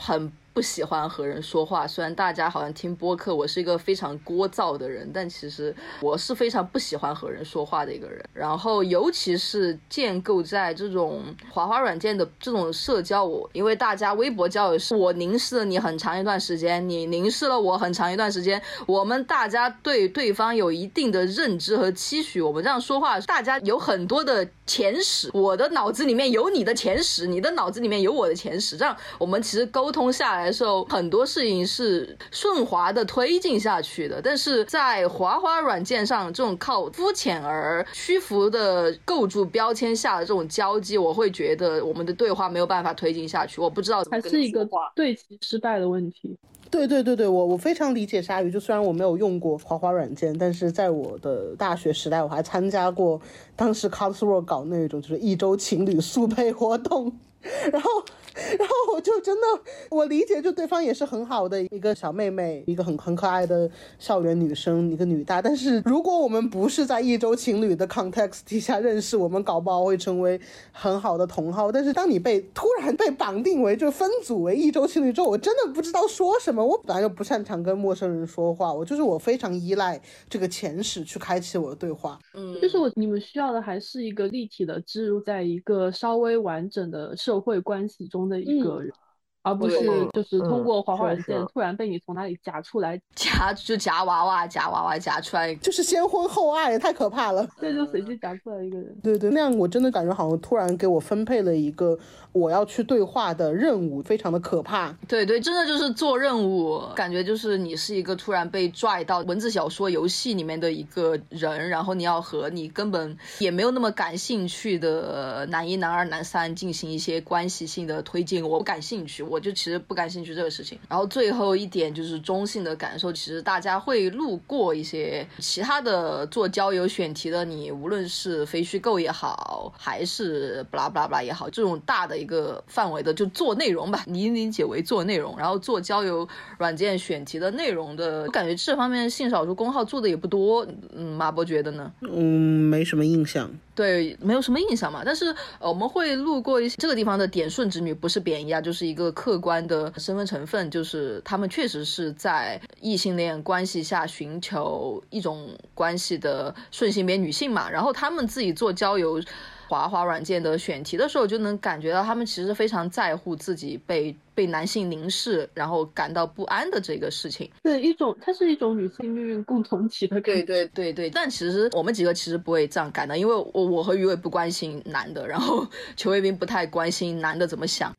S3: 不喜欢和人说话。虽然大家好像听播客我是一个非常聒噪的人，但其实我是非常不喜欢和人说话的一个人。然后尤其是建构在这种滑滑软件的这种社交，因为大家微博交友是我凝视了你很长一段时间，你凝视了我很长一段时间，我们大家对对方有一定的认知和期许，我们这样说话大家有很多的前史，我的脑子里面有你的前史，你的脑子里面有我的前史，这样我们其实沟通下来的时候很多事情是顺滑的推进下去的。但是在滑滑软件上这种靠肤浅而虚浮的构筑标签下的这种交际，我会觉得我们的对话没有办法推进下去。我不知道怎么
S4: 还是一个对齐失败的问题。
S2: 对，我非常理解鲨鱼。就虽然我没有用过滑滑软件，但是在我的大学时代，我还参加过当时 Cosworld 搞那种就是1周情侣速配活动，然后我就真的我理解，就对方也是很好的一个小妹妹，一个很可爱的校园女生，一个女大。但是如果我们不是在1周情侣的 context 底下认识，我们搞不好会成为很好的同好。但是当你突然被绑定为就分组为1周情侣之后，我真的不知道说什么。我本来就不擅长跟陌生人说话，我非常依赖这个前史去开启我的对话。
S4: 就是你们需要的还是一个立体的植入在一个稍微完整的社会关系中的一个人，而不是就是通过滑滑软件突然被你从哪里夹出来，
S3: 夹娃娃夹出来，
S2: 就是先婚后爱，太可怕了。
S4: 对，就随机夹出来一个人。
S2: 对，那样我真的感觉好像突然给我分配了一个我要去对话的任务，非常的可怕。
S3: 对，真的就是做任务，感觉就是你是一个突然被拽到文字小说游戏里面的一个人，然后你要和你根本也没有那么感兴趣的男一男二男三进行一些关系性的推进。我不感兴趣，我就其实不感兴趣这个事情。然后最后一点就是中性的感受，其实大家会路过一些其他的做交友选题的，你无论是非虚构也好，还是不拉不拉不拉也好，这种大的一个范围的就做内容吧，你理解为做内容，然后做交友软件选题的内容的，我感觉这方面性少数公号做的也不多。马博觉得呢？
S2: 没什么印象。
S3: 对，没有什么印象嘛。但是我们会路过一些这个地方的点顺直女，不是贬义啊，就是一个客观的身份成分，就是他们确实是在异性恋关系下寻求一种关系的顺性别女性嘛，然后他们自己做交友滑滑软件的选题的时候，就能感觉到他们其实非常在乎自己被男性凝视，然后感到不安的这个事情。
S4: 对，它是一种女性命运共同体的感觉。
S3: 对，但其实我们几个其实不会这样感的，因为我和鱼尾不关心男的，然后裘卫兵不太关心男的怎么想。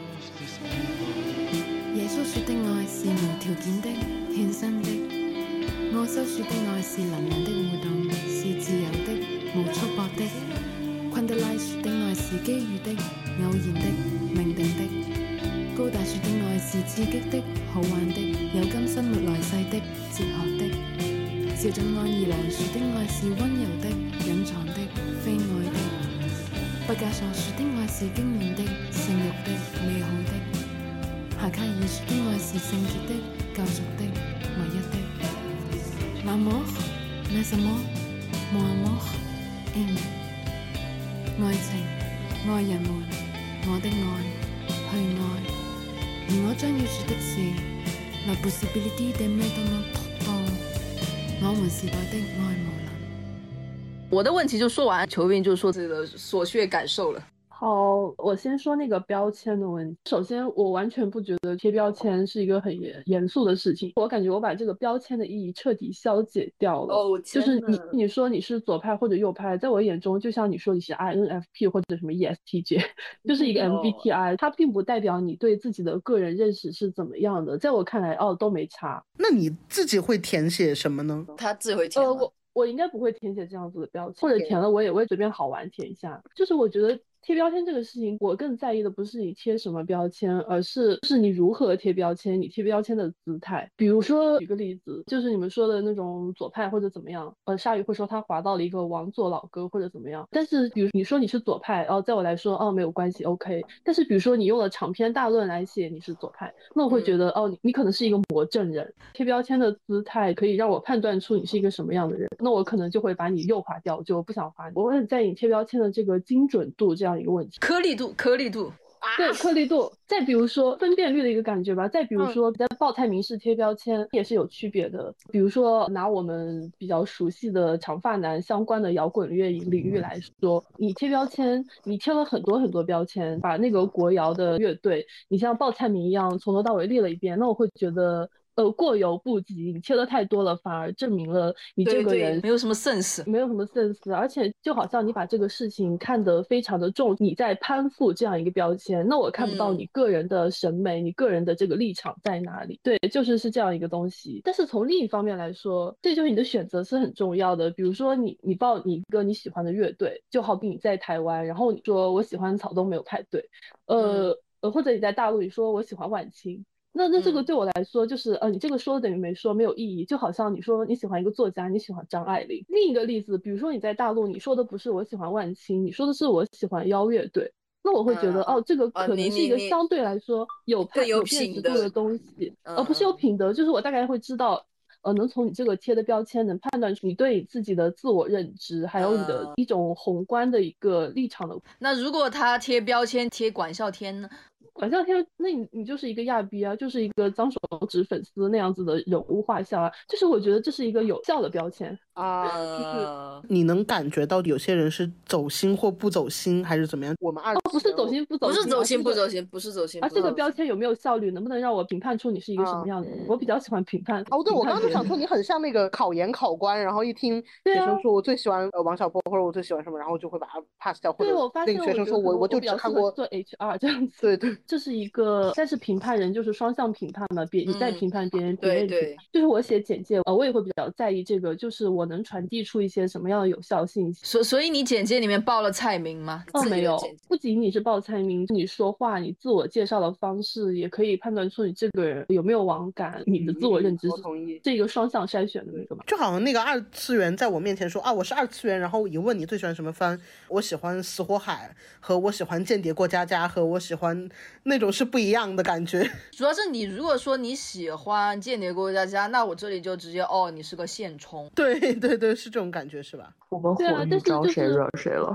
S7: 耶穌說的愛是無條件的、獻身的，我所說的愛是能量的互動，是自由的、無束縛的。昆德拉說的愛是機遇的、偶然的、命定的。高大說的愛是刺激的、好玩的、有今生沒來世的、哲學的。邵震安二郎說的愛是溫柔的、隱藏的、非愛的。畢加索說的愛是經驗的、性慾的、美好的。夏卡爾說的愛是聖潔的、救贖的、唯一的。L'amour, mais amour, mon amour, aime。愛情，愛人們，我的愛，去愛。而我將要說的是 La possibilité d'aimer dans notre temps， 我們時代的愛無能。
S3: 我的問題就說完，裘衛兵就說自己的所學感受了。
S4: 好，我先说那个标签的问题。首先，我完全不觉得贴标签是一个很严肃的事情。我感觉我把这个标签的意义彻底消解掉了。就是你说你是左派或者右派，在我眼中，就像你说你是 INFP 或者什么 ESTJ， 就是一个 MBTI，它并不代表你对自己的个人认识是怎么样的。在我看来，都没差。
S2: 那你自己会填写什么呢？
S3: 他自己会填吗？
S4: 我应该不会填写这样子的标签，或者填了我也会随便好玩填一下。就是我觉得贴标签这个事情，我更在意的不是你贴什么标签，而是你如何贴标签，你贴标签的姿态。比如说举个例子，就是你们说的那种左派或者怎么样，鲨鱼会说他滑到了一个王座老哥或者怎么样。但是比如你说你是左派，在我来说没有关系 OK。但是比如说你用了长篇大论来写你是左派，那我会觉得你可能是一个魔怔人。贴标签的姿态可以让我判断出你是一个什么样的人，那我可能就会把你右滑掉，就不想滑你。我会在意贴标签的这个精准度这样一个问题。
S3: 颗粒度
S4: 对，颗粒度，再比如说分辨率的一个感觉吧，再比如说在报菜名式贴标签也是有区别的。比如说拿我们比较熟悉的长发男相关的摇滚乐领域来说，你贴标签，你贴了很多很多标签，把那个国摇的乐队，你像报菜名一样从头到尾列了一遍，那我会觉得过犹不及，你贴的太多了，反而证明了你这个人
S3: 没有什么 sense，
S4: 没有什么 sense，而且就好像你把这个事情看得非常的重，你在攀附这样一个标签，那我看不到你个人的审美，你个人的这个立场在哪里。对，是这样一个东西。但是从另一方面来说，这就是你的选择是很重要的。比如说你报你一个你喜欢的乐队，就好比你在台湾，然后你说我喜欢草东没有派对，或者你在大陆你说我喜欢万青。那这个对我来说就是你这个说等于没说，没有意义。就好像你说你喜欢一个作家，你喜欢张爱玲。另一个例子，比如说你在大陆，你说的不是我喜欢万青，你说的是我喜欢邀乐队，那我会觉得这个可能是一个相对来说有辨识度的东西，而不是有品德。就是我大概会知道，能从你这个贴的标签能判断出你对你自己的自我认知，还有你的一种宏观的一个立场的。
S3: 那如果他贴标签贴管笑天呢？
S4: 管笑天，那你就是一个亚逼啊，就是一个脏手指粉丝那样子的人物画像啊，就是我觉得这是一个有效的标签
S2: 啊。你能感觉到有些人是走心或不走心，还是怎么样？我们
S4: 不是走心不走心，
S3: 不是走心不走心，不是走心。
S4: 这个标签有没有效率，能不能让我评判出你是一个什么样的人？我比较喜欢评判。
S2: 对，我刚刚就想说你很像那个考研考官，然后一听学生说我最喜欢王小波或者我最喜欢什么，然后就会把它 pass 掉。或者那个学生说我就只看过
S4: 做 HR 这样子。
S2: 对，
S4: 这是一个，但是评判人就是双向评判嘛，你在评判别人，
S3: 对，
S4: 就是我写简介，我也会比较在意这个，就是我能传递出一些什么样的有效信息。
S3: 所以你简介里面报了菜名吗？
S4: 没有，不仅你是报菜名，你说话，你自我介绍的方式也可以判断出你这个人有没有网感，你的自我认知是这个双向筛选的那个嘛。
S2: 就好像那个二次元在我面前说我是二次元，然后一问你最喜欢什么番，我喜欢死火海，和我喜欢间谍过家家，和我喜欢那种是不一样的感觉。
S3: 主要是你如果说你喜欢间谍过家家，那我这里就直接你是个现充。
S2: 对，是这种感觉是吧？
S5: 我们火女招谁惹谁了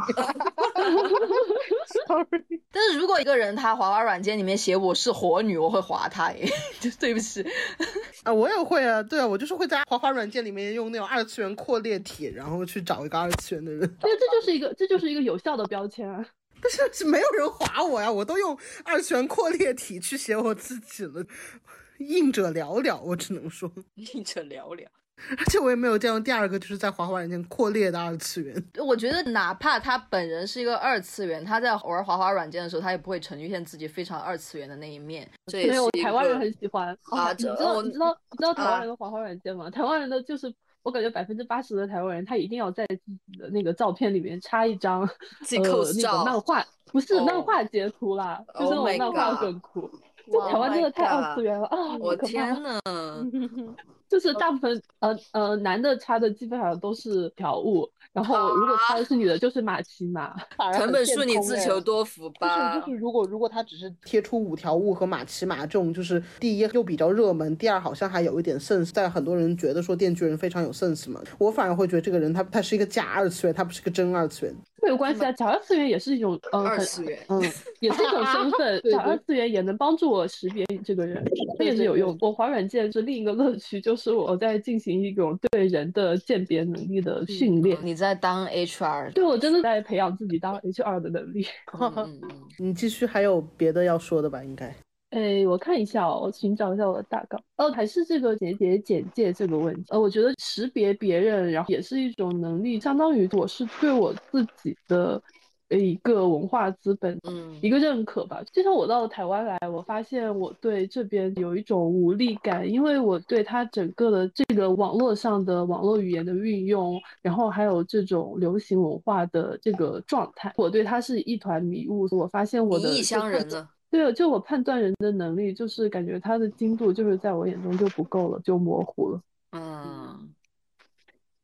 S2: ？Sorry。
S3: 但是如果一个人他滑滑软件里面写我是火女，我会划他耶，对不起。
S2: 我也会啊，对啊，我就是会在滑滑软件里面用那种二次元扩列体，然后去找一个二次元的人。
S4: 对，这就是一个有效的标签啊。
S2: 但是没有人划我呀，我都用二次元扩列体去写我自己了，应者寥寥，我只能说
S3: 应者寥寥。
S2: 而且我也没有见到第二个就是在滑滑软件扩列的二次元。
S3: 我觉得哪怕他本人是一个二次元，他在玩滑滑软件的时候，他也不会呈现自己非常二次元的那一面。
S4: 没有，台湾人很喜欢你知道台湾人的滑滑软件吗？台湾人的就是我感觉80%的台湾人他一定要在自己的那个照片里面插一张那个漫画，不是漫画截图啦，就是那种漫画梗图。就台湾真的太二次元了啊！
S3: 我天哪！
S4: 就是大部分男的插的基本上都是条物，然后如果插的是女的，就是马奇马。
S3: 藤本树，你自求多福吧。
S2: 就是如果他只是贴出5条物和马奇马这种，就是第一又比较热门，第二好像还有一点 sense， 在很多人觉得说电锯人非常有 sense 嘛，我反而会觉得这个人他是一个假二次元，他不是个真二次元。
S4: 没有关系啊，假二次元也是一种
S3: 二次元，
S4: 也是一种身份。假二次元也能帮助我识别你这个人，这也是有用。我滑软件是另一个乐趣，就是我在进行一种对人的鉴别能力的训练。
S3: 你在当 HR？
S4: 对，我真的在培养自己当 HR 的能力。
S2: 你继续，还有别的要说的吧？应该。
S4: 我看一下我寻找一下我的大纲。还是这个简介这个问题。我觉得识别别人，然后也是一种能力，相当于我是对我自己的一个文化资本，一个认可吧。就像我到台湾来，我发现我对这边有一种无力感，因为我对它整个的这个网络上的网络语言的运用，然后还有这种流行文化的这个状态，我对它是一团迷雾。我发现我的
S3: 异乡人了。
S4: 对，就我判断人的能力，就是感觉他的精度就是在我眼中就不够了，就模糊了。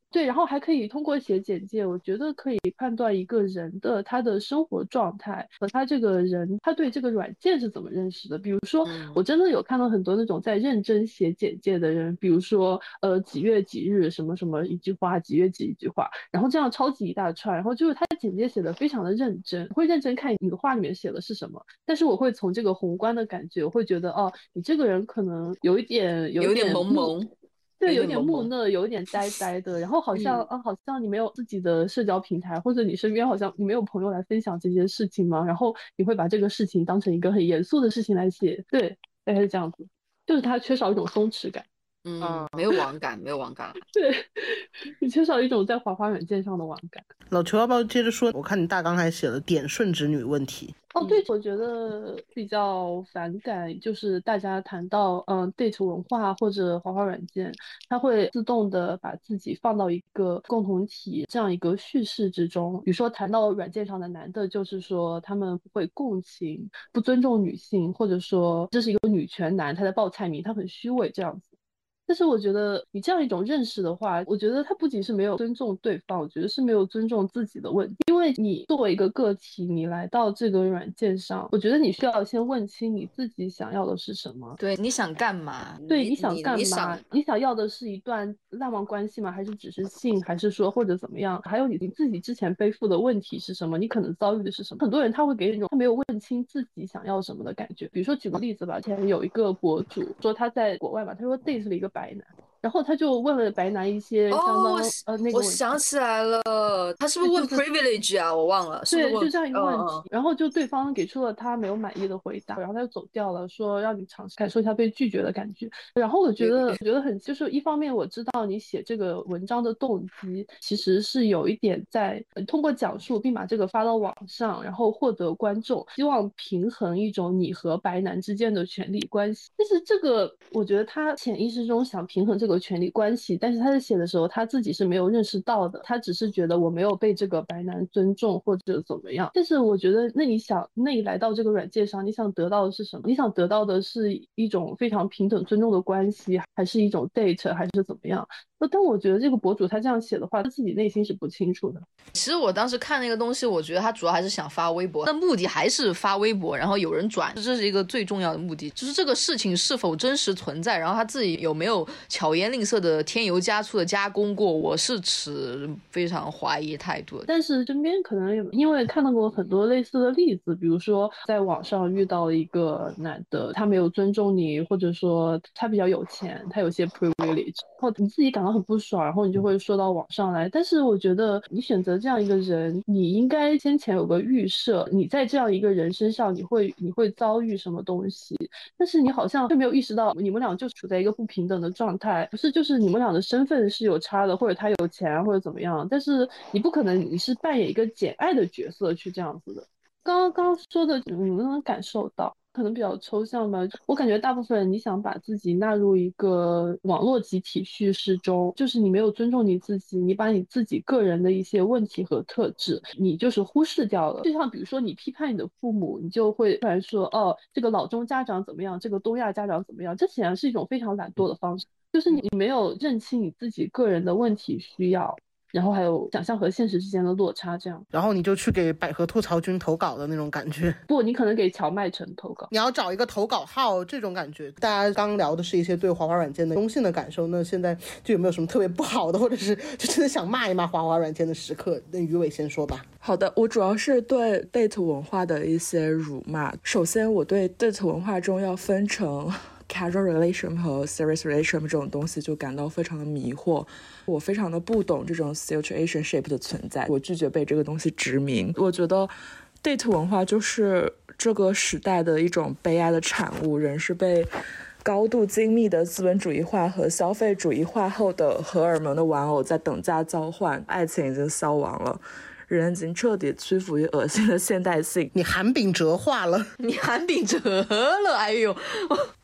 S4: 对，然后还可以通过写简介，我觉得可以判断一个人的他的生活状态和他这个人他对这个软件是怎么认识的。比如说，我真的有看到很多那种在认真写简介的人，比如说几月几日什么什么一句话，几月几一句话，然后这样超级一大串，然后就是他简介写的非常的认真，会认真看你的话里面写的是什么，但是我会从这个宏观的感觉，我会觉得哦，你这个人可能有一点
S3: 萌萌。
S4: 对，有点木讷，有点呆呆的，然后好像好像你没有自己的社交平台，或者你身边好像你没有朋友来分享这些事情吗？然后你会把这个事情当成一个很严肃的事情来写，对，大概是这样子，就是它缺少一种松弛感，
S3: 没有网感，没有网感，
S4: 对，你缺少一种在滑滑软件上的网感。
S2: 老裘要不要接着说？我看你大纲还写了点顺直女问题。
S4: 哦，对，我觉得比较反感就是大家谈到date 文化或者滑滑软件，它会自动的把自己放到一个共同体这样一个叙事之中。比如说谈到软件上的男的，就是说他们不会共情，不尊重女性，或者说这是一个女权男，他在报菜名，他很虚伪这样子。但是我觉得你这样一种认识的话，我觉得他不仅是没有尊重对方，我觉得是没有尊重自己的问题。因为你作为一个个体，你来到这个软件上，我觉得你需要先问清你自己想要的是什么。
S3: 对，你想干嘛？
S4: 对，你想干嘛？你想要的是一段浪漫关系吗？还是只是性？还是说或者怎么样？还有你自己之前背负的问题是什么？你可能遭遇的是什么？很多人他会给人一种他没有问清自己想要什么的感觉。比如说举个例子吧，之前有一个博主说他在国外嘛，他说 date 了一个白男。然后他就问了白男一些相当那个
S3: 我想起来了，他是不是问 privilege 啊？我忘了，
S4: 对，就这样一个问题。然后就对方给出了他没有满意的回答，然后他就走掉了，说让你尝试感受一下被拒绝的感觉。然后我觉得很，就是一方面我知道你写这个文章的动机其实是有一点在通过讲述并把这个发到网上，然后获得观众，希望平衡一种你和白男之间的权利关系。但是这个我觉得他潜意识中想平衡这个权利关系，但是他在写的时候他自己是没有认识到的，他只是觉得我没有被这个白男尊重或者怎么样。但是我觉得那你来到这个软件上，你想得到的是什么？你想得到的是一种非常平等尊重的关系，还是一种 date， 还是怎么样？但我觉得这个博主他这样写的话，他自己内心是不清楚的。
S3: 其实我当时看那个东西，我觉得他主要还是想发微博，但目的还是发微博，然后有人转，这是一个最重要的目的，就是这个事情是否真实存在，然后他自己有没有巧言令色的添油加醋的加工过，我是持非常怀疑态度的。
S4: 但是身边可能因为看到过很多类似的例子，比如说在网上遇到了一个男的，他没有尊重你，或者说他比较有钱，他有些 privilege， 然后你自己感到很不爽，然后你就会说到网上来。但是我觉得你选择这样一个人，你应该先前有个预设，你在这样一个人身上你会遭遇什么东西，但是你好像却没有意识到你们俩就处在一个不平等的状态，不是就是你们俩的身份是有差的，或者他有钱或者怎么样，但是你不可能你是扮演一个简爱的角色去这样子的。刚刚说的你们能感受到，可能比较抽象吧。我感觉大部分人你想把自己纳入一个网络集体叙事中，就是你没有尊重你自己，你把你自己个人的一些问题和特质你就是忽视掉了。就像比如说你批判你的父母，你就会突然说哦，这个老中家长怎么样，这个东亚家长怎么样，这显然是一种非常懒惰的方式，就是你没有认清你自己个人的问题需要，然后还有想象和现实之间的落差，这样。
S2: 然后你就去给百合吐槽君投稿的那种感觉。
S4: 不，你可能给乔麦城投稿。
S2: 你要找一个投稿号，这种感觉。大家刚聊的是一些对滑滑软件的中性的感受，那现在就有没有什么特别不好的，或者是就真的想骂一骂滑滑软件的时刻？那于伟先说吧。
S5: 好的，我主要是对 date 文化的一些辱骂。首先，我对 date 文化中要分成casual relation 和 serious relation 这种东西就感到非常的迷惑，我非常的不懂这种 situationship 的存在，我拒绝被这个东西殖民。我觉得 date 文化就是这个时代的一种悲哀的产物，人是被高度精密的资本主义化和消费主义化后的荷尔蒙的玩偶在等价交换，爱情已经消亡了，人已经彻底屈服于恶心的现代性。
S2: 你韩炳哲化了，
S3: 你韩炳哲了，哎呦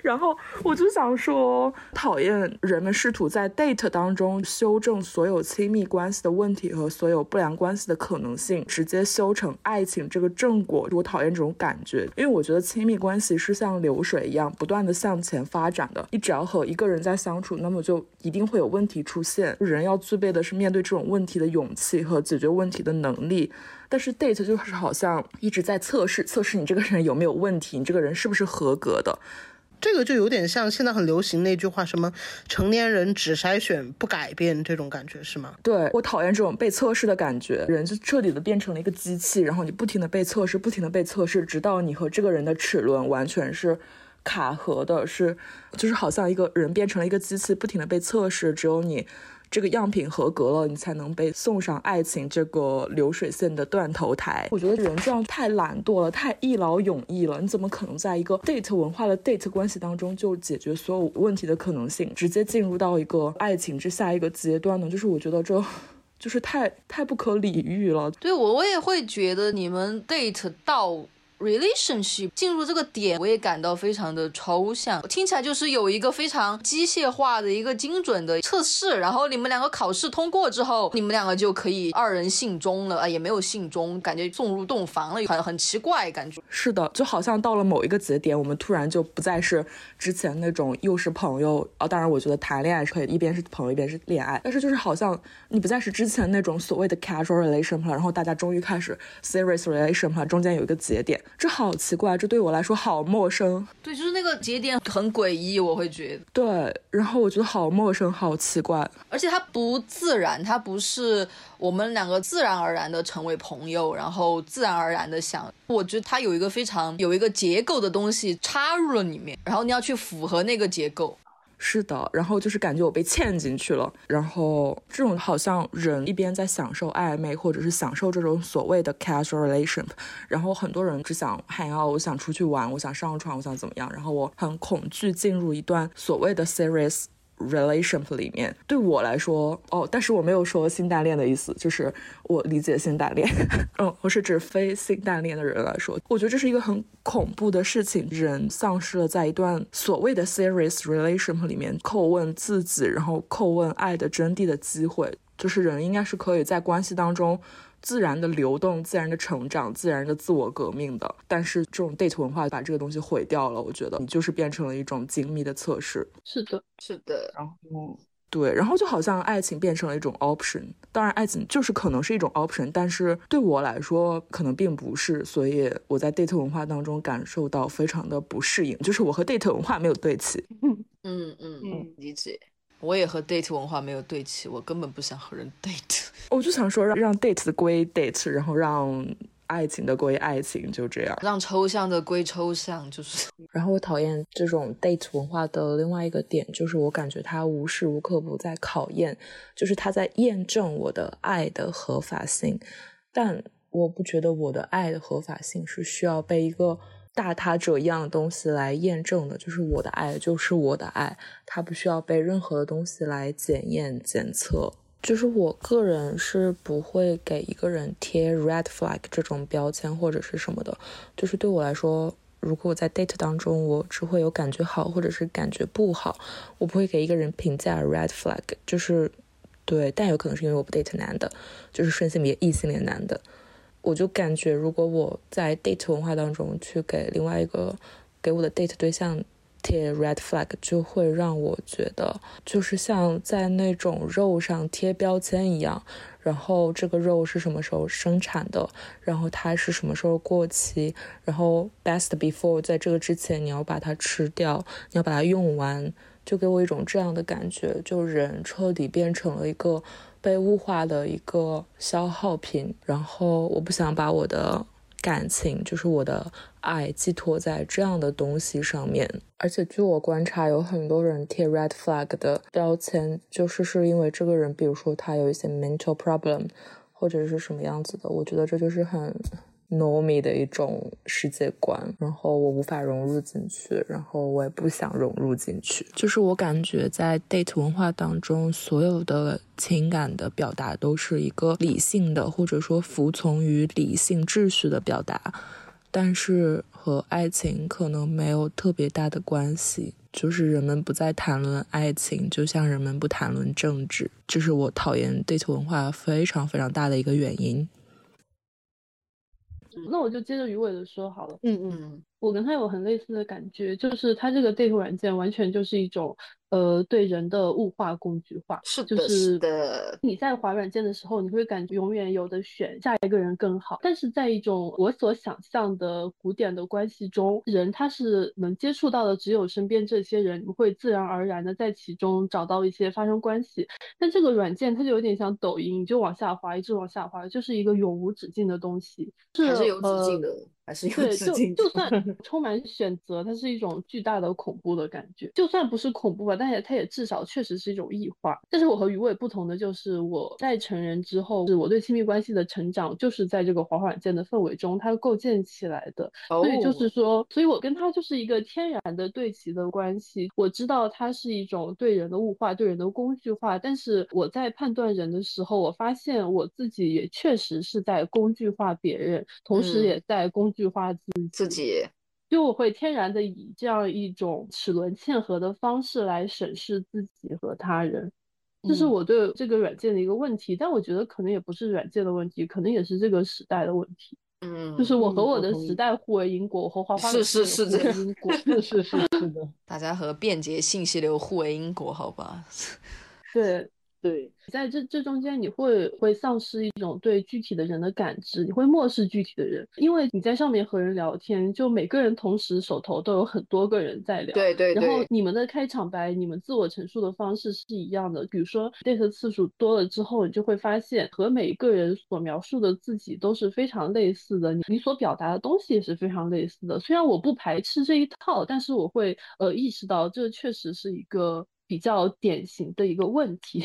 S5: 然后我就想说，讨厌人们试图在 date 当中修正所有亲密关系的问题和所有不良关系的可能性，直接修成爱情这个正果。我讨厌这种感觉，因为我觉得亲密关系是像流水一样不断的向前发展的，你只要和一个人在相处，那么就一定会有问题出现，人要具备的是面对这种问题的勇气和解决问题的能力。但是 date 就是好像一直在测试你这个人有没有问题，你这个人是不是合格的。
S2: 这个就有点像现在很流行那句话，什么成年人只筛选不改变，这种感觉是吗？
S5: 对，我讨厌这种被测试的感觉，人就彻底的变成了一个机器，然后你不停的被测试，不停的被测试，直到你和这个人的齿轮完全是卡合的，就是好像一个人变成了一个机器，不停的被测试，只有你这个样品合格了，你才能被送上爱情这个流水线的断头台。我觉得人这样太懒惰了，太一劳永逸了，你怎么可能在一个 date 文化的 date 关系当中就解决所有问题的可能性，直接进入到一个爱情之下一个阶段呢？就是我觉得这就是太不可理喻了。
S3: 对，我也会觉得你们 date 到relationship 进入这个点，我也感到非常的抽象，听起来就是有一个非常机械化的一个精准的测试，然后你们两个考试通过之后，你们两个就可以二人信中了，也没有信中，感觉送入洞房了，很奇怪感觉。
S5: 是的，就好像到了某一个节点，我们突然就不再是之前那种又是朋友当然我觉得谈恋爱是可以一边是朋友一边是恋爱，但是就是好像你不再是之前那种所谓的 casual relation 了，然后大家终于开始 serious relation 了，中间有一个节点，这好奇怪，这对我来说好陌生。
S3: 对，就是那个节点很诡异，我会觉得。
S5: 对，然后我觉得好陌生，好奇怪，
S3: 而且它不自然，它不是我们两个自然而然的成为朋友，然后自然而然的想，我觉得它有一个结构的东西插入了里面，然后你要去符合那个结构。
S5: 是的，然后就是感觉我被嵌进去了，然后这种好像人一边在享受暧昧或者是享受这种所谓的 casual relation， 然后很多人只想 hang out， 我想出去玩，我想上床，我想怎么样，然后我很恐惧进入一段所谓的 serious relationship 里面。对我来说但是我没有说性单恋的意思，就是我理解性单恋我是指非性单恋的人来说，我觉得这是一个很恐怖的事情，人丧失了在一段所谓的 serious relationship 里面叩问自己，然后叩问爱的真谛的机会。就是人应该是可以在关系当中自然的流动，自然的成长，自然的自我革命的，但是这种 date 文化把这个东西毁掉了，我觉得你就是变成了一种精密的测试。
S4: 是的，
S3: 是的。
S5: 然后对，然后就好像爱情变成了一种 option， 当然爱情就是可能是一种 option， 但是对我来说可能并不是，所以我在 date 文化当中感受到非常的不适应，就是我和 date 文化没有对齐。
S3: 理解。我也和 date 文化没有对齐，我根本不想和人 date。
S5: 我就想说让 date 的归 date， 然后让爱情的归爱情，就这样，
S3: 让抽象的归抽象，就是
S5: 然后我讨厌这种 date 文化的另外一个点，就是我感觉它无时无刻不在考验，就是它在验证我的爱的合法性，但我不觉得我的爱的合法性是需要被一个大他者一样的东西来验证的，就是我的爱就是我的爱，它不需要被任何的东西来检验检测。就是我个人是不会给一个人贴 red flag 这种标签或者是什么的，就是对我来说，如果我在 date 当中我只会有感觉好或者是感觉不好，我不会给一个人评价 red flag， 就是对，但有可能是因为我不 date 男的，就是顺性别异性恋男的，我就感觉如果我在 date 文化当中去给另外一个给我的 date 对象贴 red flag， 就会让我觉得就是像在那种肉上贴标签一样，然后这个肉是什么时候生产的，然后它是什么时候过期，然后 best before 在这个之前你要把它吃掉，你要把它用完，就给我一种这样的感觉，就人彻底变成了一个被物化的一个消耗品，然后我不想把我的感情，就是我的爱寄托在这样的东西上面。而且据我观察，有很多人贴 red flag 的标签，就是因为这个人比如说他有一些 mental problem 或者是什么样子的，我觉得这就是很 normie 的一种世界观，然后我无法融入进去，然后我也不想融入进去。就是我感觉在 date 文化当中，所有的情感的表达都是一个理性的，或者说服从于理性秩序的表达， 但是和爱情可能没有特别大的关系，就是人们不再谈论爱情，就像人们不谈论政治，这是我讨厌 date 文化非常非常大的一个原因。
S4: 那我就接着鱼尾的说好了。
S2: 嗯，
S4: 我跟他有很类似的感觉，就是他这个 date 软件完全就是一种对人的物化工具化。
S3: 是的，
S4: 就是
S3: 的。
S4: 你在滑软件的时候，你会感觉永远有的选，下一个人更好。但是在一种我所想象的古典的关系中，人他是能接触到的只有身边这些人，你会自然而然的在其中找到一些发生关系。但这个软件它就有点像抖音，你就往下滑，一直往下滑，就是一个永无止境的东西。
S3: 还是有止境的，还是有
S4: 对，
S3: 止境的。
S4: 就算充满选择，它是一种巨大的恐怖的感觉。就算不是恐怖吧，但它也至少确实是一种异化。但是我和鱼尾不同的就是，我在成人之后，是我对亲密关系的成长，就是在这个滑软件的氛围中，它构建起来的。所以就是说，所以我跟他就是一个天然的对齐的关系。我知道它是一种对人的物化，对人的工具化，但是我在判断人的时候，我发现我自己也确实是在工具化别人，同时也在工具化自己。就我会天然的以这样一种齿轮嵌合的方式来审视自己和他人，这是我对这个软件的一个问题。但我觉得可能也不是软件的问题，可能也是这个时代的问题。就是我和我的时代互为因果，我和花花
S3: 是
S4: 互为因果。
S2: 是的，
S3: 大家和便捷信息流互为因果，好吧？
S4: 对，在这中间，你会丧失一种对具体的人的感知，你会漠视具体的人，因为你在上面和人聊天，就每个人同时手头都有很多个人在聊，
S3: 对，
S4: 然后你们的开场白、你们自我陈述的方式是一样的。比如说 date 次数多了之后，你就会发现和每一个人所描述的自己都是非常类似的，你所表达的东西也是非常类似的。虽然我不排斥这一套，但是我会意识到这确实是一个比较典型的一个问题。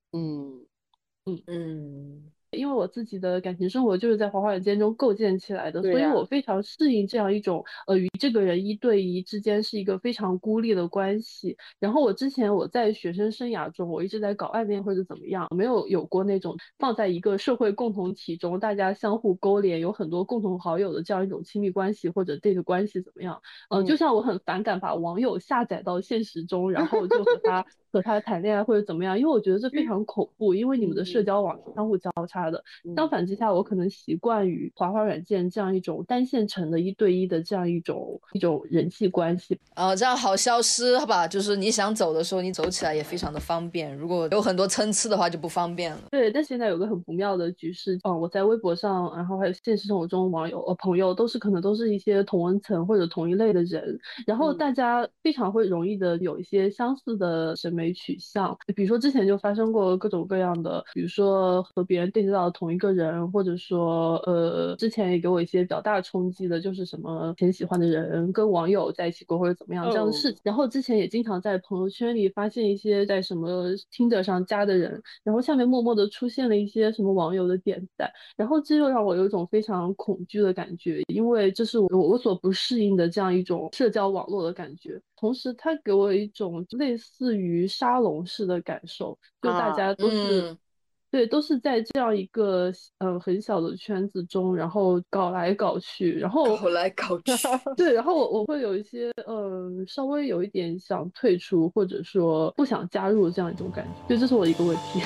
S4: 因为我自己的感情生活就是在滑滑软件中构建起来的，所以我非常适应这样一种与这个人一对一之间是一个非常孤立的关系。然后之前我在学生生涯中，我一直在搞暧昧或者怎么样，没有过那种放在一个社会共同体中，大家相互勾连，有很多共同好友的这样一种亲密关系或者 date 关系怎么样？就像我很反感把网友下载到现实中，然后就和他谈恋爱或者怎么样，因为我觉得这非常恐怖，因为你们的社交网是相互交叉的。相反之下，我可能习惯于滑滑软件这样一种单线程的一对一的这样一种人际关系。
S3: 这样好消失好吧，就是你想走的时候你走起来也非常的方便，如果有很多参差的话就不方便了。
S4: 对，但现在有个很不妙的局势，我在微博上，然后还有现实生活中网友朋友可能都是一些同温层或者同一类的人，然后大家非常会容易的有一些相似的审美取向。比如说之前就发生过各种各样的，比如说和别人 date 到同一个人，或者说之前也给我一些比较大冲击的，就是什么前喜欢的人跟网友在一起过或者怎么样这样的事情。然后之前也经常在朋友圈里发现一些在什么 Tinder 上加的人，然后下面默默的出现了一些什么网友的点赞，然后这又让我有一种非常恐惧的感觉，因为这是我所不适应的这样一种社交网络的感觉。同时它给我一种类似于沙龙式的感受，就大家都是对，都是在这样一个很小的圈子中，然后搞来搞去，然后对，然后我会有一些稍微有一点想退出，或者说不想加入这样一种感觉，所以这是我的一个问题。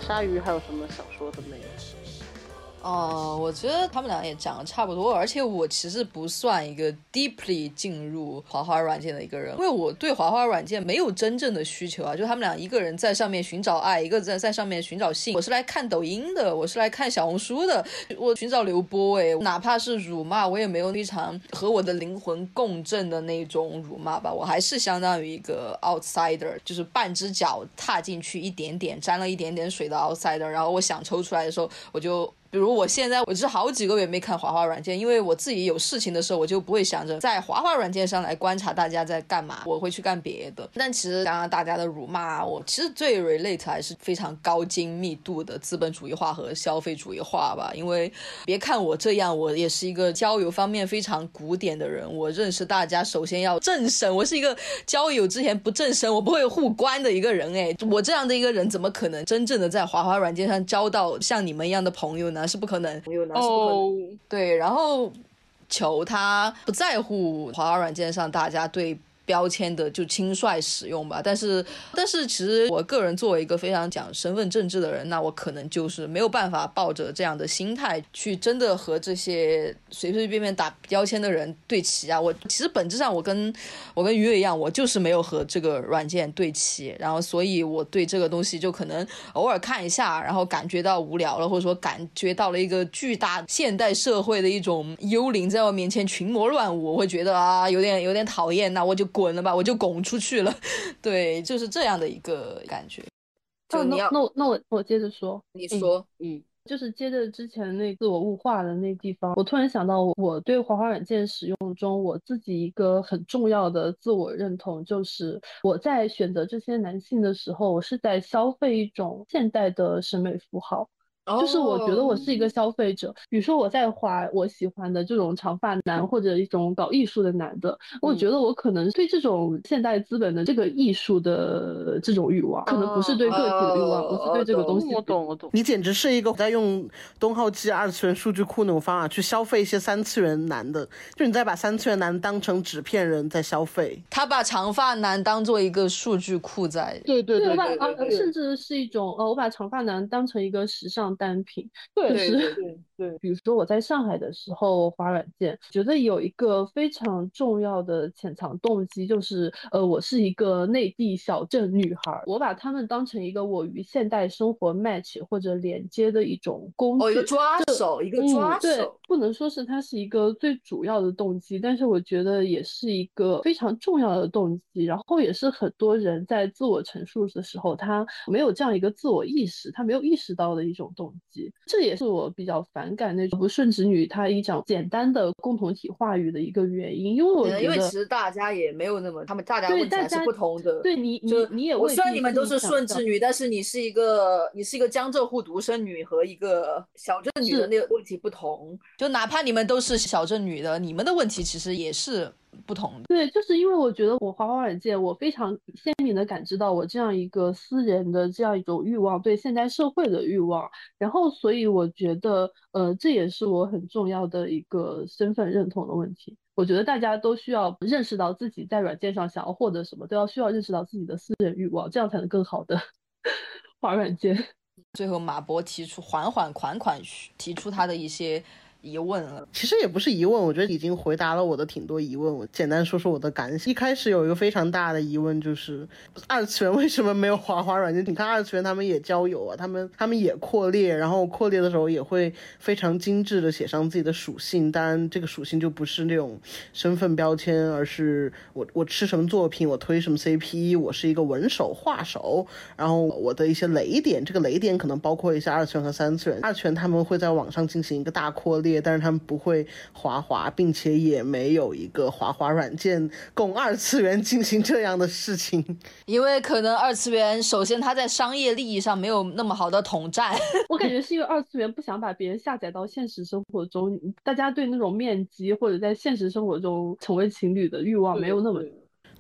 S2: 鲨鱼还有什么想说的没有？
S3: 我觉得他们俩也讲的差不多，而且我其实不算一个 deeply 进入滑滑软件的一个人，因为我对滑滑软件没有真正的需求啊，就他们俩一个人在上面寻找爱，一个在上面寻找性。我是来看抖音的，我是来看小红书的，我寻找流播哪怕是辱骂，我也没有非常和我的灵魂共振的那种辱骂吧，我还是相当于一个 outsider， 就是半只脚踏进去一点点，沾了一点点水的 outsider， 然后我想抽出来的时候，比如我现在我是好几个月没看滑滑软件，因为我自己有事情的时候，我就不会想着在滑滑软件上来观察大家在干嘛，我会去干别的。但其实刚刚大家的辱骂，我其实最 relate 还是非常高精密度的资本主义化和消费主义化吧。因为别看我这样，我也是一个交友方面非常古典的人，我认识大家首先要正审，我是一个交友之前不正审我不会互关的一个人我这样的一个人怎么可能真正的在滑滑软件上交到像你们一样的朋友呢？是不可能。对，然后球他不在乎滑滑软件上大家对标签的就轻率使用吧，但是其实我个人作为一个非常讲身份政治的人，那我可能就是没有办法抱着这样的心态去真的和这些随随便便打标签的人对齐啊。我其实本质上我跟鱼尾一样，我就是没有和这个软件对齐，然后所以我对这个东西就可能偶尔看一下，然后感觉到无聊了，或者说感觉到了一个巨大现代社会的一种幽灵在我面前群魔乱舞，我会觉得有点讨厌，那我就滚了吧，我就拱出去了。对，就是这样的一个感觉。就你要
S4: 那我接着说，
S3: 你说，
S4: 就是接着之前那自我物化的那地方，我突然想到我对滑滑软件使用中我自己一个很重要的自我认同，就是我在选择这些男性的时候，我是在消费一种现代的审美符号。就是我觉得我是一个消费者，比如说我在滑我喜欢的这种长发男或者一种搞艺术的男的，我觉得我可能对这种现代资本的这个艺术的这种欲望，可能不是对个体的欲望，不是对这个东西。
S2: 我懂。你简直是一个在用东浩基二次元数据库那种方法去消费一些三次元男的，就你在把三次元男当成纸片人在消费。
S3: 他把长发男当做一个数据库在。
S2: 对，
S4: 甚至是一种我把长发男当成一个时尚单品。
S2: 对，
S4: 比如说我在上海的时候滑软件，觉得有一个非常重要的潜藏动机，就是我是一个内地小镇女孩，我把他们当成一个我与现代生活 match 或者连接的一种工具，
S3: 一个抓手，
S4: 对，不能说是它是一个最主要的动机，但是我觉得也是一个非常重要的动机，然后也是很多人在自我陈述的时候他没有这样一个自我意识，他没有意识到的一种动机。这也是我比较反感那种不顺直女她一种简单的共同体话语的一个原因，因为我觉得
S3: 因为其实大家也没有那么，大家问题还是不同的。
S4: 对，你也
S3: 我虽然你们都是顺直女，但是你是一个江浙沪独生女和一个小镇女的那个问题不同，就哪怕你们都是小镇女的，你们的问题其实也是不同的。
S4: 对，就是因为我觉得我滑滑软件，我非常鲜明的感知到我这样一个私人的这样一种欲望，对现代社会的欲望，然后所以我觉得这也是我很重要的一个身份认同的问题。我觉得大家都需要认识到自己在软件上想要获得什么，需要认识到自己的私人欲望，这样才能更好的滑软件。
S3: 最后马博缓缓提出他的一些疑问了。
S2: 其实也不是疑问，我觉得已经回答了我的挺多疑问。我简单说说我的感想。一开始有一个非常大的疑问，就是二次元为什么没有滑滑软件？你看二次元他们也交友啊，他们也扩列，然后扩列的时候也会非常精致的写上自己的属性，当然这个属性就不是那种身份标签，而是我吃什么作品，我推什么 CP， 我是一个文手画手，然后我的一些雷点，这个雷点可能包括一下二次元和三次元。二次元他们会在网上进行一个大扩列，但是他们不会滑滑，并且也没有一个滑滑软件供二次元进行这样的事情，
S3: 因为可能二次元首先它在商业利益上没有那么好的统战。
S4: 我感觉是因为二次元不想把别人下载到现实生活中，大家对那种面基或者在现实生活中成为情侣的欲望没有那么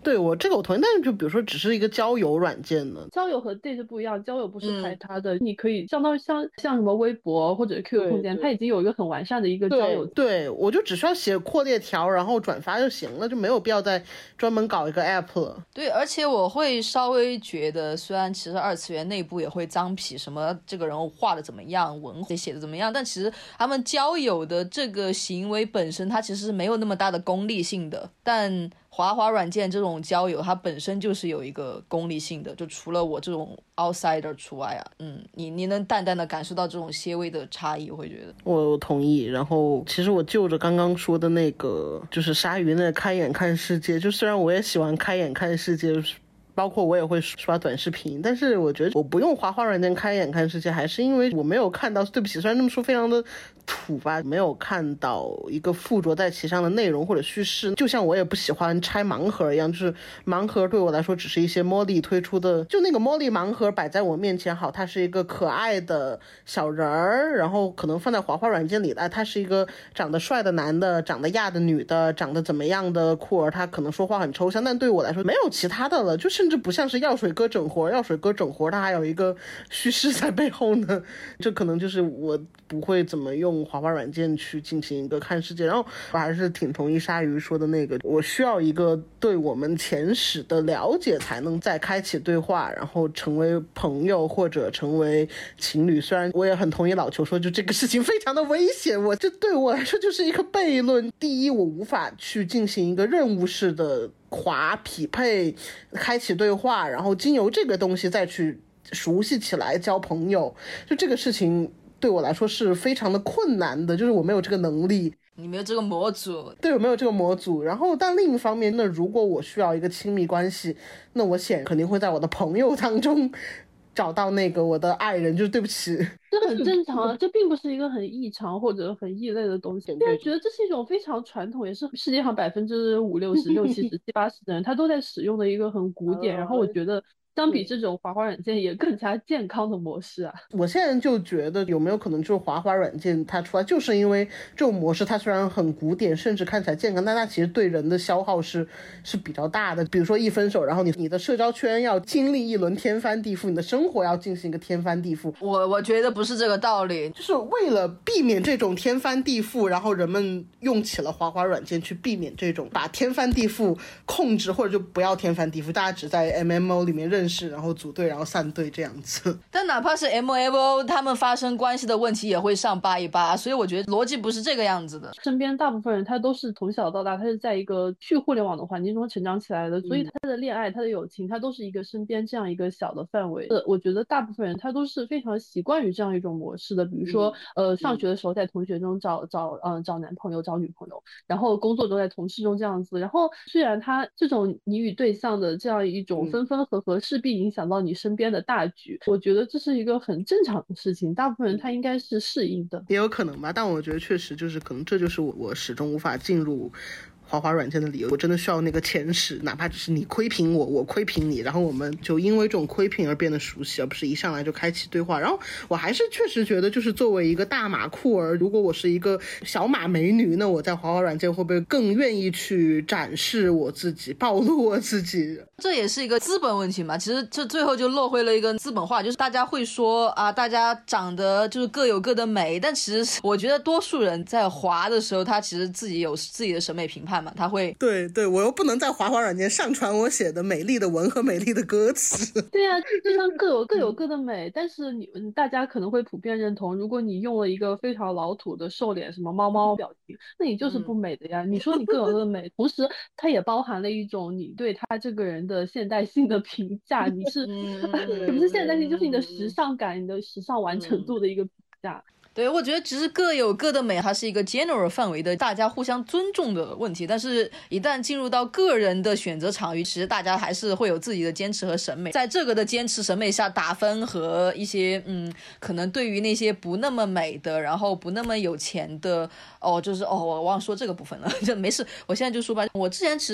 S2: 对，我这个我同意，但是就比如说只是一个交友软件呢，
S4: 交友和 date 不一样，交友不是排他的，你可以相当于像什么微博或者 QQ 空间，它已经有一个很完善的一个交友。
S2: 对，我就只需要写扩列条，然后转发就行了，就没有必要再专门搞一个 app 了。
S3: 对，而且我会稍微觉得，虽然其实二次元内部也会脏痞，什么这个人画的怎么样，文写的怎么样，但其实他们交友的这个行为本身，它其实是没有那么大的功利性的。但滑滑软件这种交友，它本身就是有一个功利性的，就除了我这种 outsider 除外啊，你能淡淡的感受到这种些微的差异，我会觉得。
S2: 我同意。然后其实我就着刚刚说的那个，就是鲨鱼那开眼看世界，就虽然我也喜欢开眼看世界，包括我也会刷短视频，但是我觉得我不用滑滑软件开眼看世界，还是因为我没有看到，对不起，虽然这么说非常的土吧，没有看到一个附着在其上的内容或者叙事。就像我也不喜欢拆盲盒一样，就是盲盒对我来说只是一些茉莉推出的，就那个茉莉盲盒摆在我面前，好，它是一个可爱的小人儿，然后可能放在滑滑软件里的，它是一个长得帅的男的，长得亚的女的，长得怎么样的酷儿，他可能说话很抽象，但对我来说没有其他的了，就甚至不像是药水哥整活，药水哥整活它还有一个叙事在背后呢，这可能就是我不会怎么用滑滑软件去进行一个看世界。然后我还是挺同意鲨鱼说的那个，我需要一个对我们前史的了解才能再开启对话，然后成为朋友或者成为情侣。虽然我也很同意老球说就这个事情非常的危险，这对我来说就是一个悖论。第一，我无法去进行一个任务式的滑匹配开启对话，然后经由这个东西再去熟悉起来交朋友，就这个事情对我来说是非常的困难的，就是我没有这个能力，
S3: 你没有这个模组。
S2: 对，我没有这个模组。然后但另一方面，那如果我需要一个亲密关系，那我肯定会在我的朋友当中找到那个我的爱人，就是对不起，
S4: 这很正常啊，这并不是一个很异常或者很异类的东西。虽然觉得这是一种非常传统，也是世界上50%、60%、60%、70%、80%的人他都在使用的一个很古典。然后我觉得相比这种滑滑软件也更加健康的模式啊。
S2: 我现在就觉得有没有可能就是滑滑软件它出来就是因为这种模式它虽然很古典甚至看起来健康，但它其实对人的消耗是比较大的。比如说一分手，然后你的社交圈要经历一轮天翻地覆，你的生活要进行一个天翻地覆。
S3: 我觉得不是这个道理，
S2: 就是为了避免这种天翻地覆，然后人们用起了滑滑软件去避免这种把天翻地覆控制，或者就不要天翻地覆，大家只在 MMO 里面认识，然后组队然后散队这样子。
S3: 但哪怕是 MMO 他们发生关系的问题也会上818，所以我觉得逻辑不是这个样子的。
S4: 身边大部分人他都是从小到大他是在一个去互联网的环境中成长起来的，所以他的恋爱他的友情他都是一个身边这样一个小的范围。我觉得大部分人他都是非常习惯于这样一种模式的，比如说上学的时候在同学中找男朋友找女朋友，然后工作中在同事中这样子。然后虽然他这种你与对象的这样一种分分合合势必影响到你身边的大局，我觉得这是一个很正常的事情，大部分人他应该是适应的。
S2: 也有可能吧，但我觉得确实就是可能这就是我始终无法进入滑滑软件的理由。我真的需要那个前史，哪怕只是你窥屏我，我窥屏你，然后我们就因为这种窥屏而变得熟悉，而不是一上来就开启对话。然后我还是确实觉得，就是作为一个大马酷儿，如果我是一个小马美女，那我在滑滑软件会不会更愿意去展示我自己，暴露我自己？
S3: 这也是一个资本问题嘛。其实这最后就落回了一个资本化，就是大家会说啊，大家长得就是各有各的美，但其实我觉得多数人在滑的时候，他其实自己有自己的审美评判嘛，他会
S2: 对，我又不能在滑滑软件上传我写的美丽的文和美丽的歌词。
S4: 对啊，就像各有各的美，但是大家可能会普遍认同，如果你用了一个非常老土的瘦脸什么猫猫表情，那你就是不美的呀。你说你各有各的美，同时它也包含了一种你对他这个人的现代性的评价，你是也不是现代性，就是你的时尚感，你的时尚完成度的一个评价。
S3: 对，我觉得只是各有各的美，它是一个 general 范围的大家互相尊重的问题，但是一旦进入到个人的选择场域，其实大家还是会有自己的坚持和审美，在这个的坚持审美下打分，和一些可能对于那些不那么美的，然后不那么有钱的，我忘了说这个部分了，就没事，我现在就说吧。我之前其实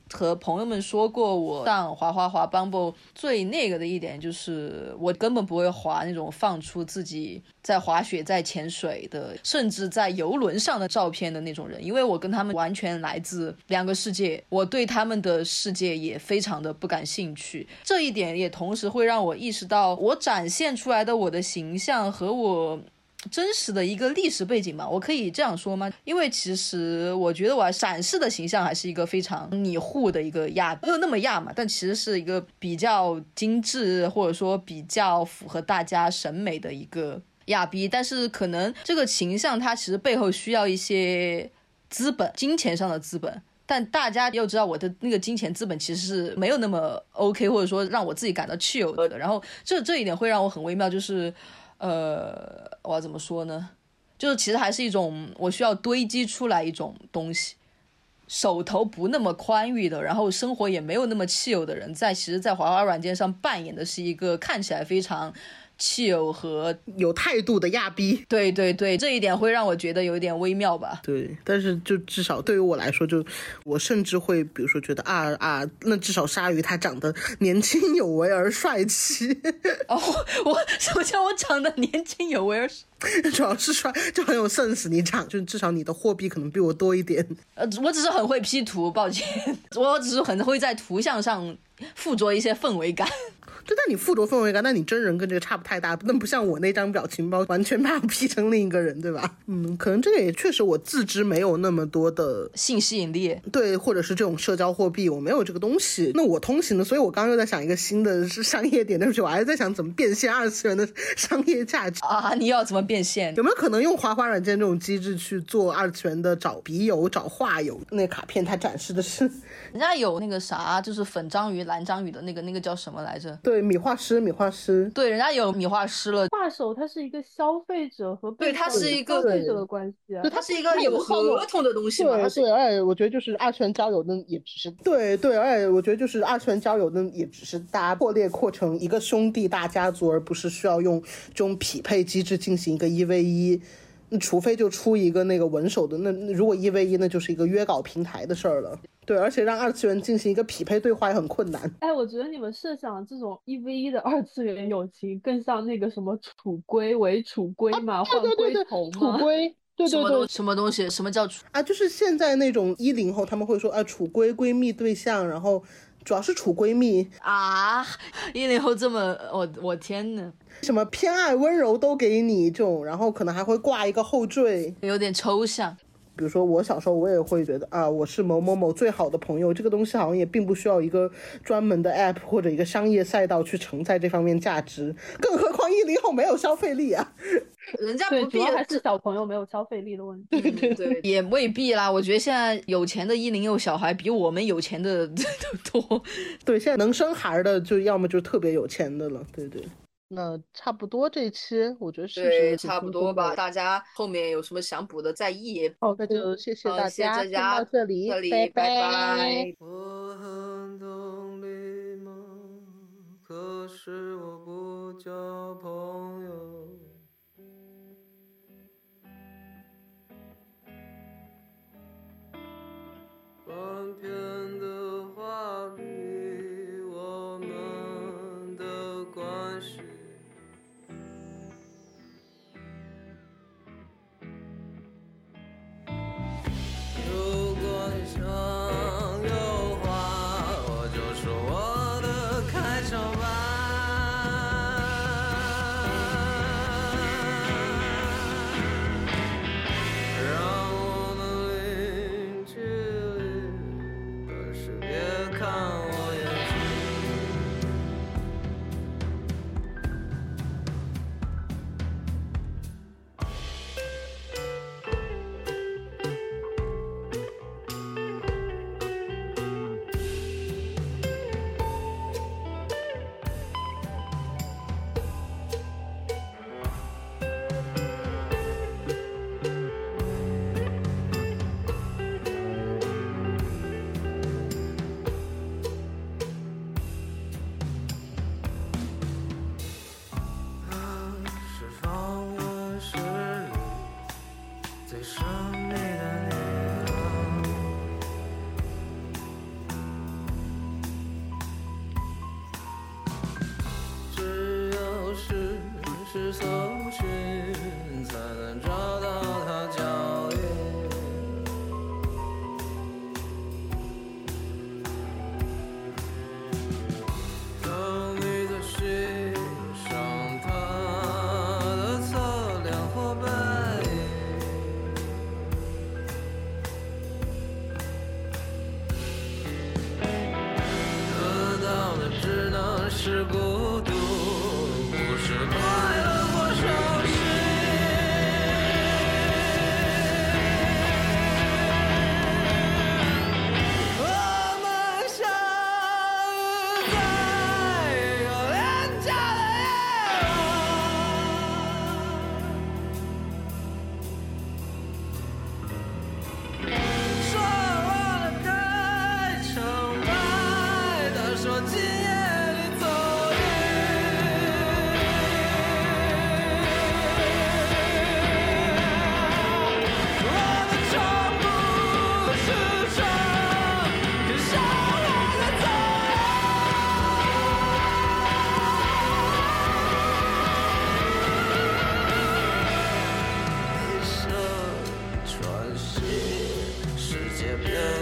S3: 和朋友们说过，我上滑 Bumble 最那个的一点就是我根本不会滑那种放出自己在滑雪在潜水的甚至在游轮上的照片的那种人，因为我跟他们完全来自两个世界，我对他们的世界也非常的不感兴趣。这一点也同时会让我意识到我展现出来的我的形象和我真实的一个历史背景嘛，我可以这样说吗？因为其实我觉得我展示的形象还是一个非常拟护的一个亚，没有那么亚嘛，但其实是一个比较精致或者说比较符合大家审美的一个亚逼。但是可能这个形象它其实背后需要一些资本，金钱上的资本，但大家又知道我的那个金钱资本其实是没有那么 OK， 或者说让我自己感到chill的。然后这一点会让我很微妙，就是我要怎么说呢，就是其实还是一种我需要堆积出来一种东西，手头不那么宽裕的，然后生活也没有那么chill的人，其实在滑滑软件上扮演的是一个看起来非常chill和
S2: 有态度的亚逼。
S3: 对对对，这一点会让我觉得有点微妙吧。
S2: 对，但是就至少对于我来说，就我甚至会比如说觉得那至少鲨鱼他长得年轻有为而帅气。
S3: 哦，首先我长得年轻有为而
S2: 主要是帅，就很有 sense。你长就至少你的货币可能比我多一点。
S3: 我只是很会 P 图，抱歉，我只是很会在图像上附着一些氛围感。
S2: 就但你附着氛围感，那你真人跟这个差不太大，那不像我那张表情包完全把我 P 成另一个人，对吧？可能这个也确实我自知没有那么多的
S3: 性吸引力，
S2: 对，或者是这种社交货币，我没有这个东西。那我通行的，所以我刚刚又在想一个新的商业点，对不起，我还是在想怎么变现二次元的商业价值
S3: 啊！你要怎么变现？
S2: 有没有可能用滑滑软件这种机制去做二次元的找笔友、找画友？那卡片它展示的是，
S3: 人家有那个啥，就是粉章鱼、蓝章鱼的那个叫什么来着？
S2: 对，米画师，
S3: 对，人家有米画师了。
S4: 画手他是一个消费者和
S3: 对，他是一个
S4: 消费者的关系啊，
S3: 对，他是一个有合同的东西嘛。
S2: 对，而且我觉得就是二次元交友的也只是对，而且我觉得就是二次元交友的也只是大家扩成一个兄弟大家族，而不是需要用这种匹配机制进行一个1v1。除非就出一个那个文手的，那如果1v1那就是一个约稿平台的事儿了。对，而且让二次元进行一个匹配对话也很困难。
S4: 我觉得你们设想这种1v1的二次元友情更像那个什么楚归为楚归嘛，换归头嘛。
S2: 楚归，对，
S3: 什么东西？什么叫楚
S2: 啊？就是现在那种10后他们会说楚归闺蜜对象，然后主要是处闺蜜
S3: 啊！10后这么，我天哪！
S2: 什么偏爱温柔都给你这种，然后可能还会挂一个后缀，
S3: 有点抽象。
S2: 比如说我小时候我也会觉得我是某某某最好的朋友，这个东西好像也并不需要一个专门的 app 或者一个商业赛道去承载这方面价值，更何况10后没有消费力啊。
S3: 人家不必，
S4: 主要还是小朋友没有消费力的问题。
S3: 对，也未必啦。我觉得现在有钱的10后小孩比我们有钱的都多。
S2: 对，现在能生孩的就要么就特别有钱的了。对。那差不多这一期我觉得是不是
S3: 对差不多吧？大家后面有什么想补的再议。
S2: 那就谢谢大家，
S3: 听到
S2: 这里，
S3: 拜拜。
S6: 我很懂礼貌，可是我不交朋友。断片的话里，我们的关系。如果你想有话，我就是孤独，不是快乐或伤心。我们相遇在一个廉价的夜晚，说完了该成败的说今夜里走我的长不是长，可伤害的走一生穿行，世界变